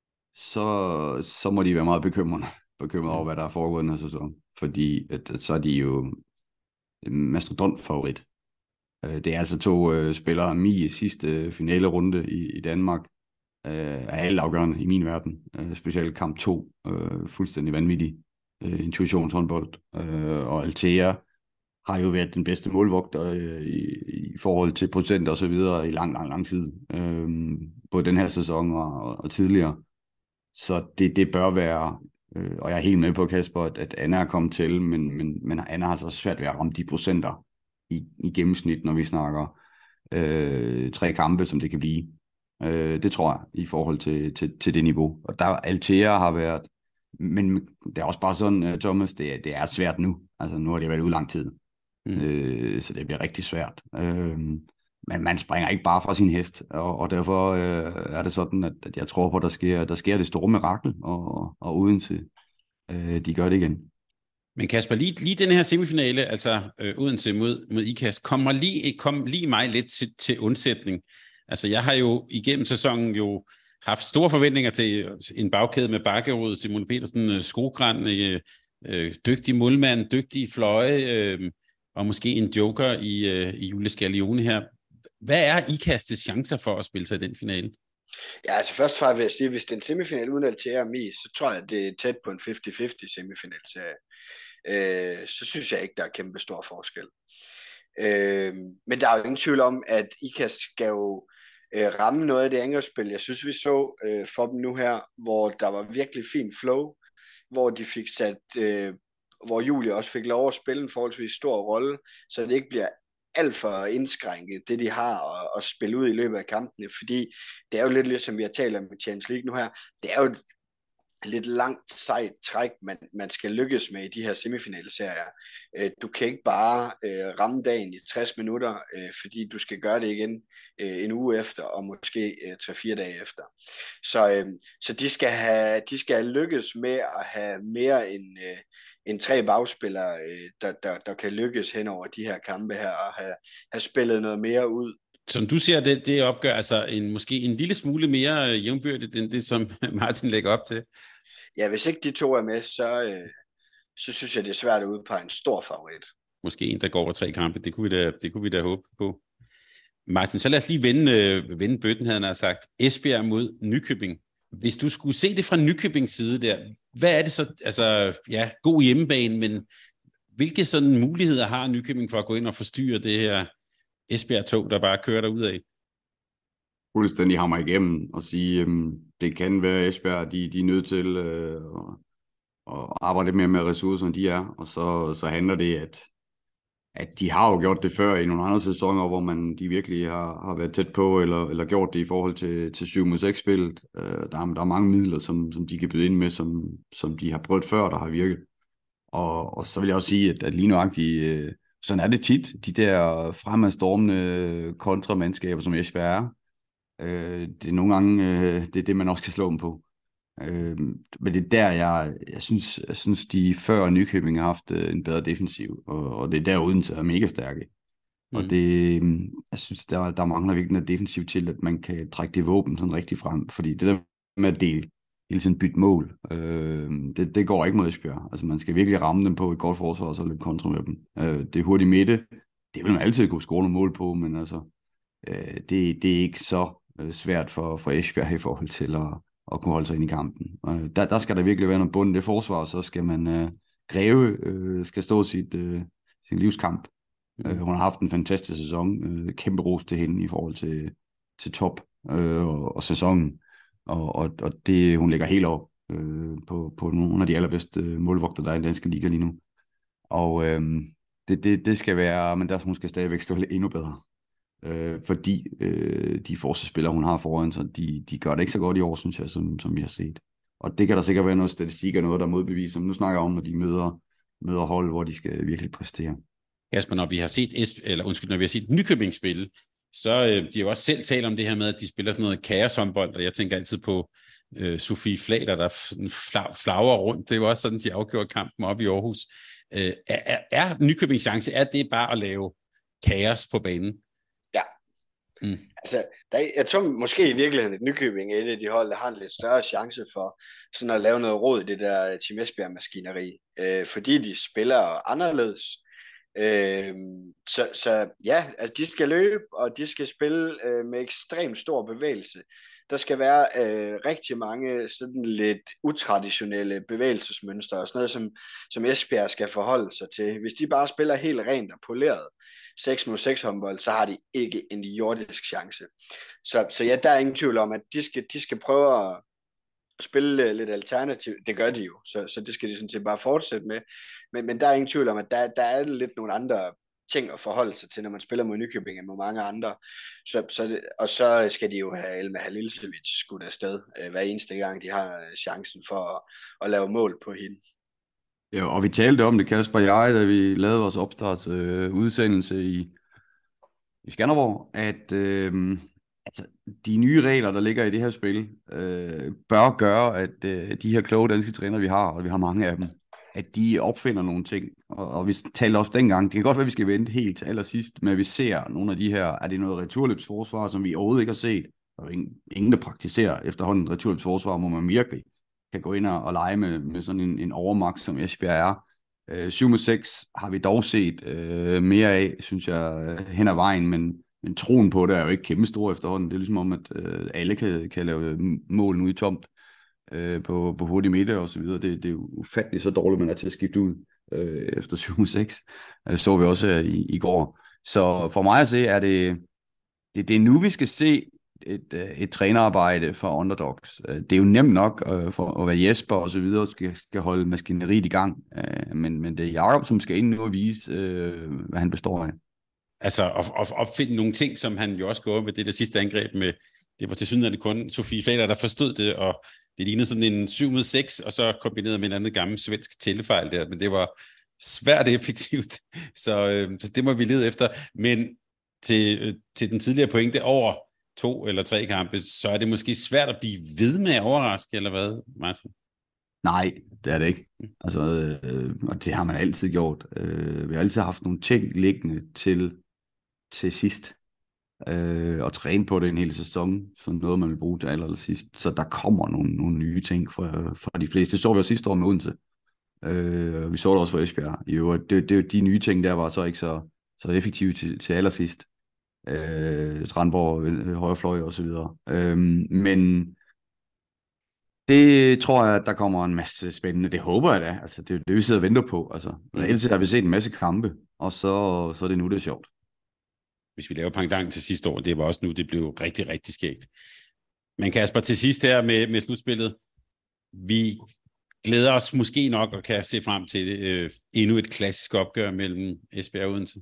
så, så må de være meget bekymrede, bekymrede over, hvad der er foregået den her sæson. Fordi at, at så er de jo mastodont-favorit. Det er altså to øh, spillere, Mie sidste finale runde i, i Danmark, øh, er alle afgørende i min verden. Øh, specielt kamp to, øh, fuldstændig vanvittig øh, intuitionshåndbold. Øh, og Altea har jo været den bedste målvogter øh, i, i forhold til procent og så videre i lang, lang, lang tid. Øh, både den her sæson og, og tidligere. Så det, det bør være, øh, og jeg er helt med på, Kasper, at, at Anna er kommet til, men, men, men Anna har så svært ved at ramme de procenter i, i gennemsnit, når vi snakker øh, tre kampe, som det kan blive. Øh, det tror jeg, i forhold til, til, til det niveau. Og der Altea har været, men det er også bare sådan, Thomas, det, det er svært nu. Altså nu har det været ude lang tid. Mm. Øh, så det bliver rigtig svært. Øh, men man springer ikke bare fra sin hest, og, og derfor øh, er det sådan, at, at jeg tror på, at der sker, der sker det store mirakel, og, og Odense, øh, de gør det igen. Men Kasper, lige, lige den her semifinale, altså øh, Odense mod, mod I K A S, kommer lige, kom lige mig lidt til, til undsætning. Altså jeg har jo igennem sæsonen jo haft store forventninger til en bagkæde med Bakkerud, Simon Petersen, Skogran, øh, øh, dygtig målmand, dygtig fløje, øh, og måske en joker i, øh, i Julie Scaglione her. Hvad er I K A S's chancer for at spille sig i den finale? Ja, altså først og fremmest vil jeg sige, at hvis det er en semifinal uden Altea og Mie, så tror jeg, at det er tæt på en halvtreds halvtreds semifinal. Så, øh, så synes jeg ikke, der er kæmpe stor forskel. Øh, men der er jo ingen tvivl om, at I K A S skal jo øh, ramme noget af det angrebsspil. Jeg synes, vi så øh, for dem nu her, hvor der var virkelig fint flow, hvor de fik sat, øh, hvor Julie også fik lov at spille en forholdsvis stor rolle, så det ikke bliver alt for indskrænket, det de har at, at spille ud i løbet af kampene, fordi det er jo lidt ligesom vi har talt om i Champions League nu her, det er jo et lidt langt sejt træk, man, man skal lykkes med i de her semifinalserier. Øh, du kan ikke bare øh, ramme dagen i tres minutter, øh, fordi du skal gøre det igen øh, en uge efter, og måske øh, tre fire dage efter. Så, øh, så de, skal have, de skal lykkes med at have mere end, øh, end tre bagspillere, øh, der, der, der kan lykkes hen over de her kampe her, og have, have spillet noget mere ud. Som du ser det, det opgør altså en, måske en lille smule mere jævnbyrdigt end det, som Martin lægger op til. Ja, hvis ikke de to er med, så, øh, så synes jeg, det er svært at udpege en stor favorit. Måske en, der går over tre kampe. Det kunne vi da, det kunne vi da håbe på. Martin, så lad os lige vende, øh, vende bøtten, havde han sagt. Esbjerg mod Nykøbing. Hvis du skulle se det fra Nykøbings side der, hvad er det så? Altså, ja, god hjemmebane, men hvilke sådan muligheder har Nykøbing for at gå ind og forstyrre det her Esbjerg-tog, der bare kører derudad? Fuldstændig hammer igennem og sige, øhm, det kan være Esbjerg, de, de er nødt til øh, at, at arbejde lidt mere med ressourcer, end de er, og så, så handler det, at, at de har jo gjort det før i nogle andre sæsoner, hvor man de virkelig har, har været tæt på, eller, eller gjort det i forhold til, til syv mod seks-spillet. Øh, der, er, der er mange midler, som, som de kan byde ind med, som, som de har prøvet før, der har virket. Og, og så vil jeg også sige, at, at lige nøjagtigt, øh, sådan er det tit, de der fremadstormende kontramandskaber, som Esbjerg er. Øh, det er nogle gange øh, det er det, man også kan slå dem på. Øh, men det er der, jeg, jeg, synes, jeg synes, de før Nykøbing har haft øh, en bedre defensiv, og, og det er der Odense er mega stærke. Mm. Og det, jeg synes, der, der mangler virkelig noget defensivt til, at man kan trække det våben sådan rigtig frem, fordi det der med at dele hele tiden bytte mål, øh, det, det går ikke mod Esbjerg. Altså man skal virkelig ramme dem på et godt forsvar, og så lidt kontra med dem. Øh, det er hurtigt midte, det vil man altid kunne score nogle mål på, men altså, øh, det, det er ikke så svært for, for Esbjerg i forhold til at, at kunne holde sig ind i kampen. Og der, der skal der virkelig være noget bund i det forsvar, så skal man uh, Greve uh, skal stå sit, uh, sin livskamp. Mm. Uh, hun har haft en fantastisk sæson. Uh, kæmpe ros til hende i forhold til, til top uh, og, og sæsonen. Og, og, og det, hun ligger helt op uh, på, på nogle af de allerbedste målvogter, der er i den danske liga lige nu. Og uh, det, det, det skal være, men der hun skal stadigvæk stå endnu bedre. Øh, fordi øh, de forsvarsspillere, hun har foran sig, de, de gør det ikke så godt i år, synes jeg, som, som vi har set. Og det kan der sikkert være noget statistik og noget, der modbeviser, som nu snakker om, når de møder, møder hold, hvor de skal virkelig præstere. Jasper, når vi har set, eller undskyld, når vi har set Nykøbing spille, så øh, de har jo også selv talt om det her med, at de spiller sådan noget kaoshåndbold, og jeg tænker altid på øh, Sofie Flader, der f- flagrer rundt. Det er jo også sådan, de afgjorde kampen op i Aarhus. Øh, er, er, er Nykøbings chance, er det bare at lave kaos på banen? Mm. Altså, der, jeg tror måske i virkeligheden, at Nykøbing er et af de hold, der har en lidt større chance for sådan at lave noget råd i det der Team Esbjerg-maskineri, øh, fordi de spiller anderledes. Øh, så, så ja, altså, de skal løbe, og de skal spille øh, med ekstremt stor bevægelse. Der skal være øh, rigtig mange sådan lidt utraditionelle bevægelsesmønstre, og sådan noget, som, som Esbjerg skal forholde sig til. Hvis de bare spiller helt rent og poleret seks mod seks håndbold, så har de ikke en jordisk chance. Så, så ja, der er ingen tvivl om, at de skal, de skal prøve at spille lidt alternativt. Det gør de jo, så, så det skal de sådan set bare fortsætte med. Men, men der er ingen tvivl om, at der, der er lidt nogle andre ting at forholde sig til, når man spiller mod Nykøbing end mod mange andre. Så, så, og så skal de jo have Elma Halilsevic skudt afsted øh, hver eneste gang, de har chancen for at, at lave mål på hende. Ja, og vi talte om det, Kasper og jeg, da vi lavede vores opstarts øh, udsendelse i, i Skanderborg, at øh, altså, de nye regler, der ligger i det her spil, øh, bør gøre, at øh, de her kloge danske trænere, vi har, og vi har mange af dem, at de opfinder nogle ting. Og, og vi talte også dengang, det kan godt være, at vi skal vente helt til allersidst, men vi ser nogle af de her, er det noget returløbsforsvar, som vi overhovedet ikke har set, og ingen, ingen der praktiserer efterhånden returløbsforsvar, hvor man virkelig kan gå ind og, og lege med, med sådan en, en overmagt, som Esbjerg er. Øh, syv mod seks har vi dog set øh, mere af, synes jeg, hen ad vejen, men, men troen på det er jo ikke kæmpe stor efterhånden. Det er ligesom om, at øh, alle kan, kan lave mål nu i tomt øh, på, på hurtig midte og så videre. Det, det er jo ufatteligt så dårligt, man er til at skifte ud øh, efter syv mod seks. Øh, så vi også øh, i, i går. Så for mig at se, er det, det, det er nu, vi skal se Et, et trænerarbejde for underdogs. Det er jo nemt nok uh, for at være Jesper og så videre, skal, skal holde maskineriet i gang, uh, men, men det er Jakob, som skal ind nu og vise, uh, hvad han består af. altså at, at opfinde nogle ting, som han jo også gjorde med det der sidste angreb med, det var til synligheden kun Sofie Flader, der forstod det, og det lignede sådan en syv mod seks, og så kombineret med en anden gammel svensk tællefejl der, men det var svært effektivt, så, øh, så det må vi lede efter. Men til, øh, til den tidligere pointe over to eller tre kampe, så er det måske svært at blive ved med at overraske, eller hvad, Martin? Nej, det er det ikke. Altså, øh, og det har man altid gjort. Øh, vi har altid haft nogle ting liggende til, til sidst. Øh, og træne på det en hel sæson, så noget man vil bruge til aller, aller sidst. Så der kommer nogle, nogle nye ting fra, fra de fleste. Det så vi jo sidste år med Odense. Øh, vi så det også for Esbjerg. Jo, det, det, de nye ting der var så ikke så, så effektive til, til allersidst. Øh, Strandborg, højrefløj og så videre. Øh, men det tror jeg, at der kommer en masse spændende. Det håber jeg da. Altså, det er det, vi sidder og venter på. Altså, ellers har vi set en masse kampe, og så, så er det nu, det er sjovt. Hvis vi laver pendant til sidste år, det var også nu, det blev rigtig, rigtig skægt. Men Kasper, til sidst her med, med slutspillet, vi glæder os måske nok og kan se frem til øh, endnu et klassisk opgør mellem Esbjerg og Odense.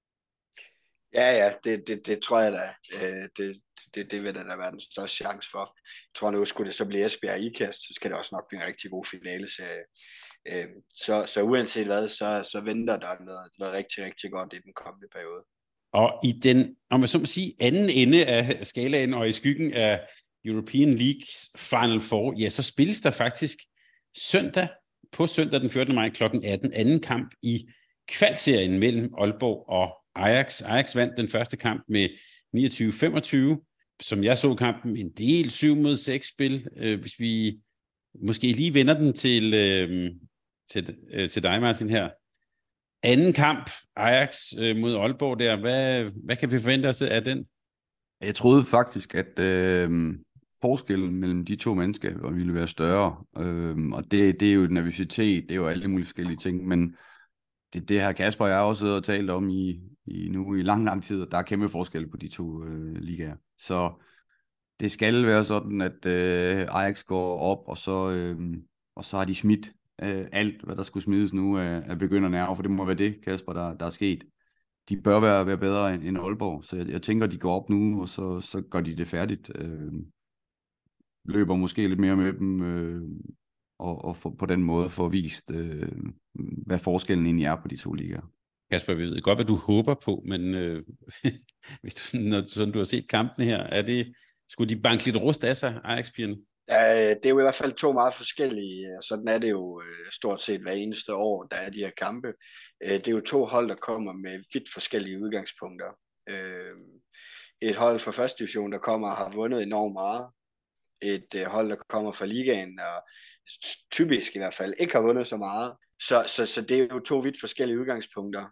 Ja, ja, det, det, det tror jeg da. Øh, det, det, det vil da være den største chance for. Jeg tror nu, skulle det så blive Esbjerg i ikast, så skal det også nok blive en rigtig god finaleserie. Øh, så, så uanset hvad, så, så venter der noget, noget rigtig, rigtig godt i den kommende periode. Og i den, om man så må sige, anden ende af skalaen og i skyggen af European Leagues Final Four, ja, så spilles der faktisk søndag, på søndag den fjortende maj klokken atten, anden kamp i kvalserien mellem Aalborg og Ajax. Ajax vandt den første kamp med niogtyve femogtyve. Som jeg så kampen, en del syv mod seks spil. Øh, hvis vi måske lige vender den til, øh, til, øh, til dig, Martin, her. Anden kamp, Ajax øh, mod Aalborg der. Hvad, hvad kan vi forvente os af den? Jeg troede faktisk, at øh, forskellen mellem de to mennesker ville være større. Øh, og det, det er jo nervøsitet, det er jo alle mulige forskellige ting, men det, det har Kasper og jeg også siddet og talt om i, i nu i lang, lang tid, og der er kæmpe forskel på de to øh, ligaer. Så det skal være sådan, at øh, Ajax går op, og så, øh, og så har de smidt øh, alt, hvad der skulle smides nu af, af begynderne, for det må være det, Kasper, der, der er sket. De bør være, være bedre end, end Aalborg, så jeg, jeg tænker, de går op nu, og så, så gør de det færdigt. Øh, løber måske lidt mere med dem, øh, og, og for, på den måde får vist, øh, hvad forskellen egentlig er på de to ligaer. Kasper, vi ved godt, hvad du håber på, men øh, hvis du sådan, når, sådan, du har set kampene her, er det, skulle de banke lidt rust af sig, Ajax-pigerne? Ja, det er jo i hvert fald to meget forskellige, sådan er det jo stort set hver eneste år, der er de her kampe. Det er jo to hold, der kommer med vidt forskellige udgangspunkter. Et hold fra første division, der kommer og har vundet enormt meget. Et hold, der kommer fra ligaen, og typisk i hvert fald ikke har vundet så meget. Så, så, så det er jo to vidt forskellige udgangspunkter.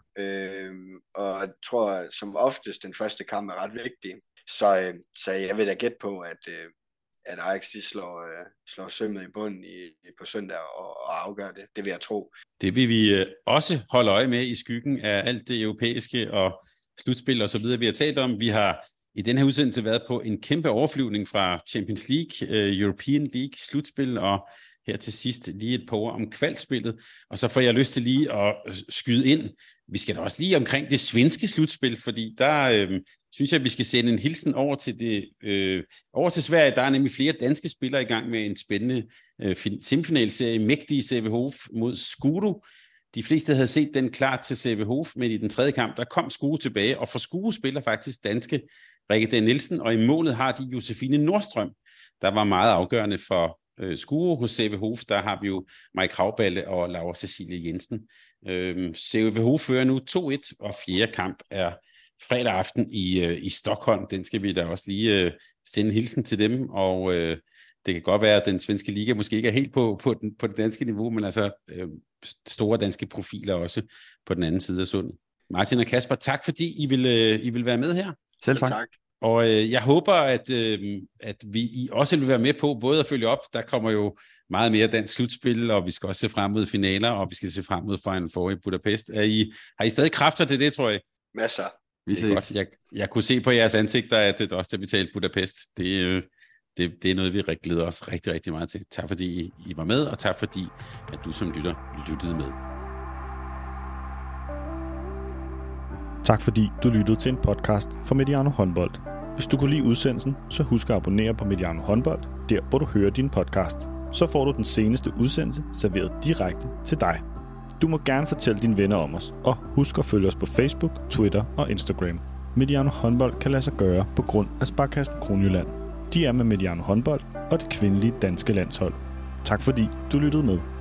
Og jeg tror, som oftest, den første kamp er ret vigtig. Så, så jeg vil da gætte på, at at Ajax slår, øh, slår sømmet i bunden i, på søndag og, og afgør det. Det vil jeg tro. Det vil vi øh, også holde øje med i skyggen af alt det europæiske og slutspil og så videre, vi har talt om. Vi har i den her udsendelse været på en kæmpe overflyvning fra Champions League, øh, European League slutspil, og her til sidst lige et par ord om kvalspillet. Og så får jeg lyst til lige at skyde ind. Vi skal da også lige omkring det svenske slutspil, fordi der øh, synes jeg, at vi skal sende en hilsen over til, det, øh, over til Sverige. Der er nemlig flere danske spillere i gang med en spændende øh, semifinalserie, mægtige C V Hof mod Skuru. De fleste havde set den klar til C V Hof, men i den tredje kamp, der kom Skuru tilbage, og for Skuru spiller faktisk danske Rikke D. Nielsen, og i målet har de Josefine Nordstrøm, der var meget afgørende for øh, Skuru. Hos C V Hof, der har vi jo Mike Kravballe og Laura Cecilie Jensen. Øh, C V Hof fører nu to et, og fjerde kamp er fredag aften i, øh, i Stockholm. Den skal vi da også lige øh, sende en hilsen til dem, og øh, det kan godt være, at den svenske liga måske ikke er helt på, på, den, på det danske niveau, men altså øh, store danske profiler også på den anden side af sundet. Martin og Kasper, tak fordi I vil, øh, I vil være med her. Selv tak. tak. Og øh, jeg håber, at, øh, at vi I også vil være med på både at følge op. Der kommer jo meget mere dansk slutspil, og vi skal også se frem mod finaler, og vi skal se frem mod Final Four i Budapest. Er I, har I stadig kræfter til det, tror jeg? Masser. Det er godt. Jeg, jeg kunne se på jeres ansigter, at det også, da vi talte Budapest, det, øh, det, det er noget, vi glæder os rigtig, rigtig meget til. Tak fordi I, I var med, og tak fordi, at du som lytter lyttede med. Tak fordi du lyttede til en podcast fra Mediano Håndbold. Hvis du kunne lide udsendelsen, så husk at abonnere på Mediano Håndbold, der hvor du hører din podcast. Så får du den seneste udsendelse serveret direkte til dig. Du må gerne fortælle dine venner om os, og husk at følge os på Facebook, Twitter og Instagram. Mediano Håndbold kan lade sig gøre på grund af Sparkassen Kronjylland. De er med Mediano Håndbold og det kvindelige danske landshold. Tak fordi du lyttede med.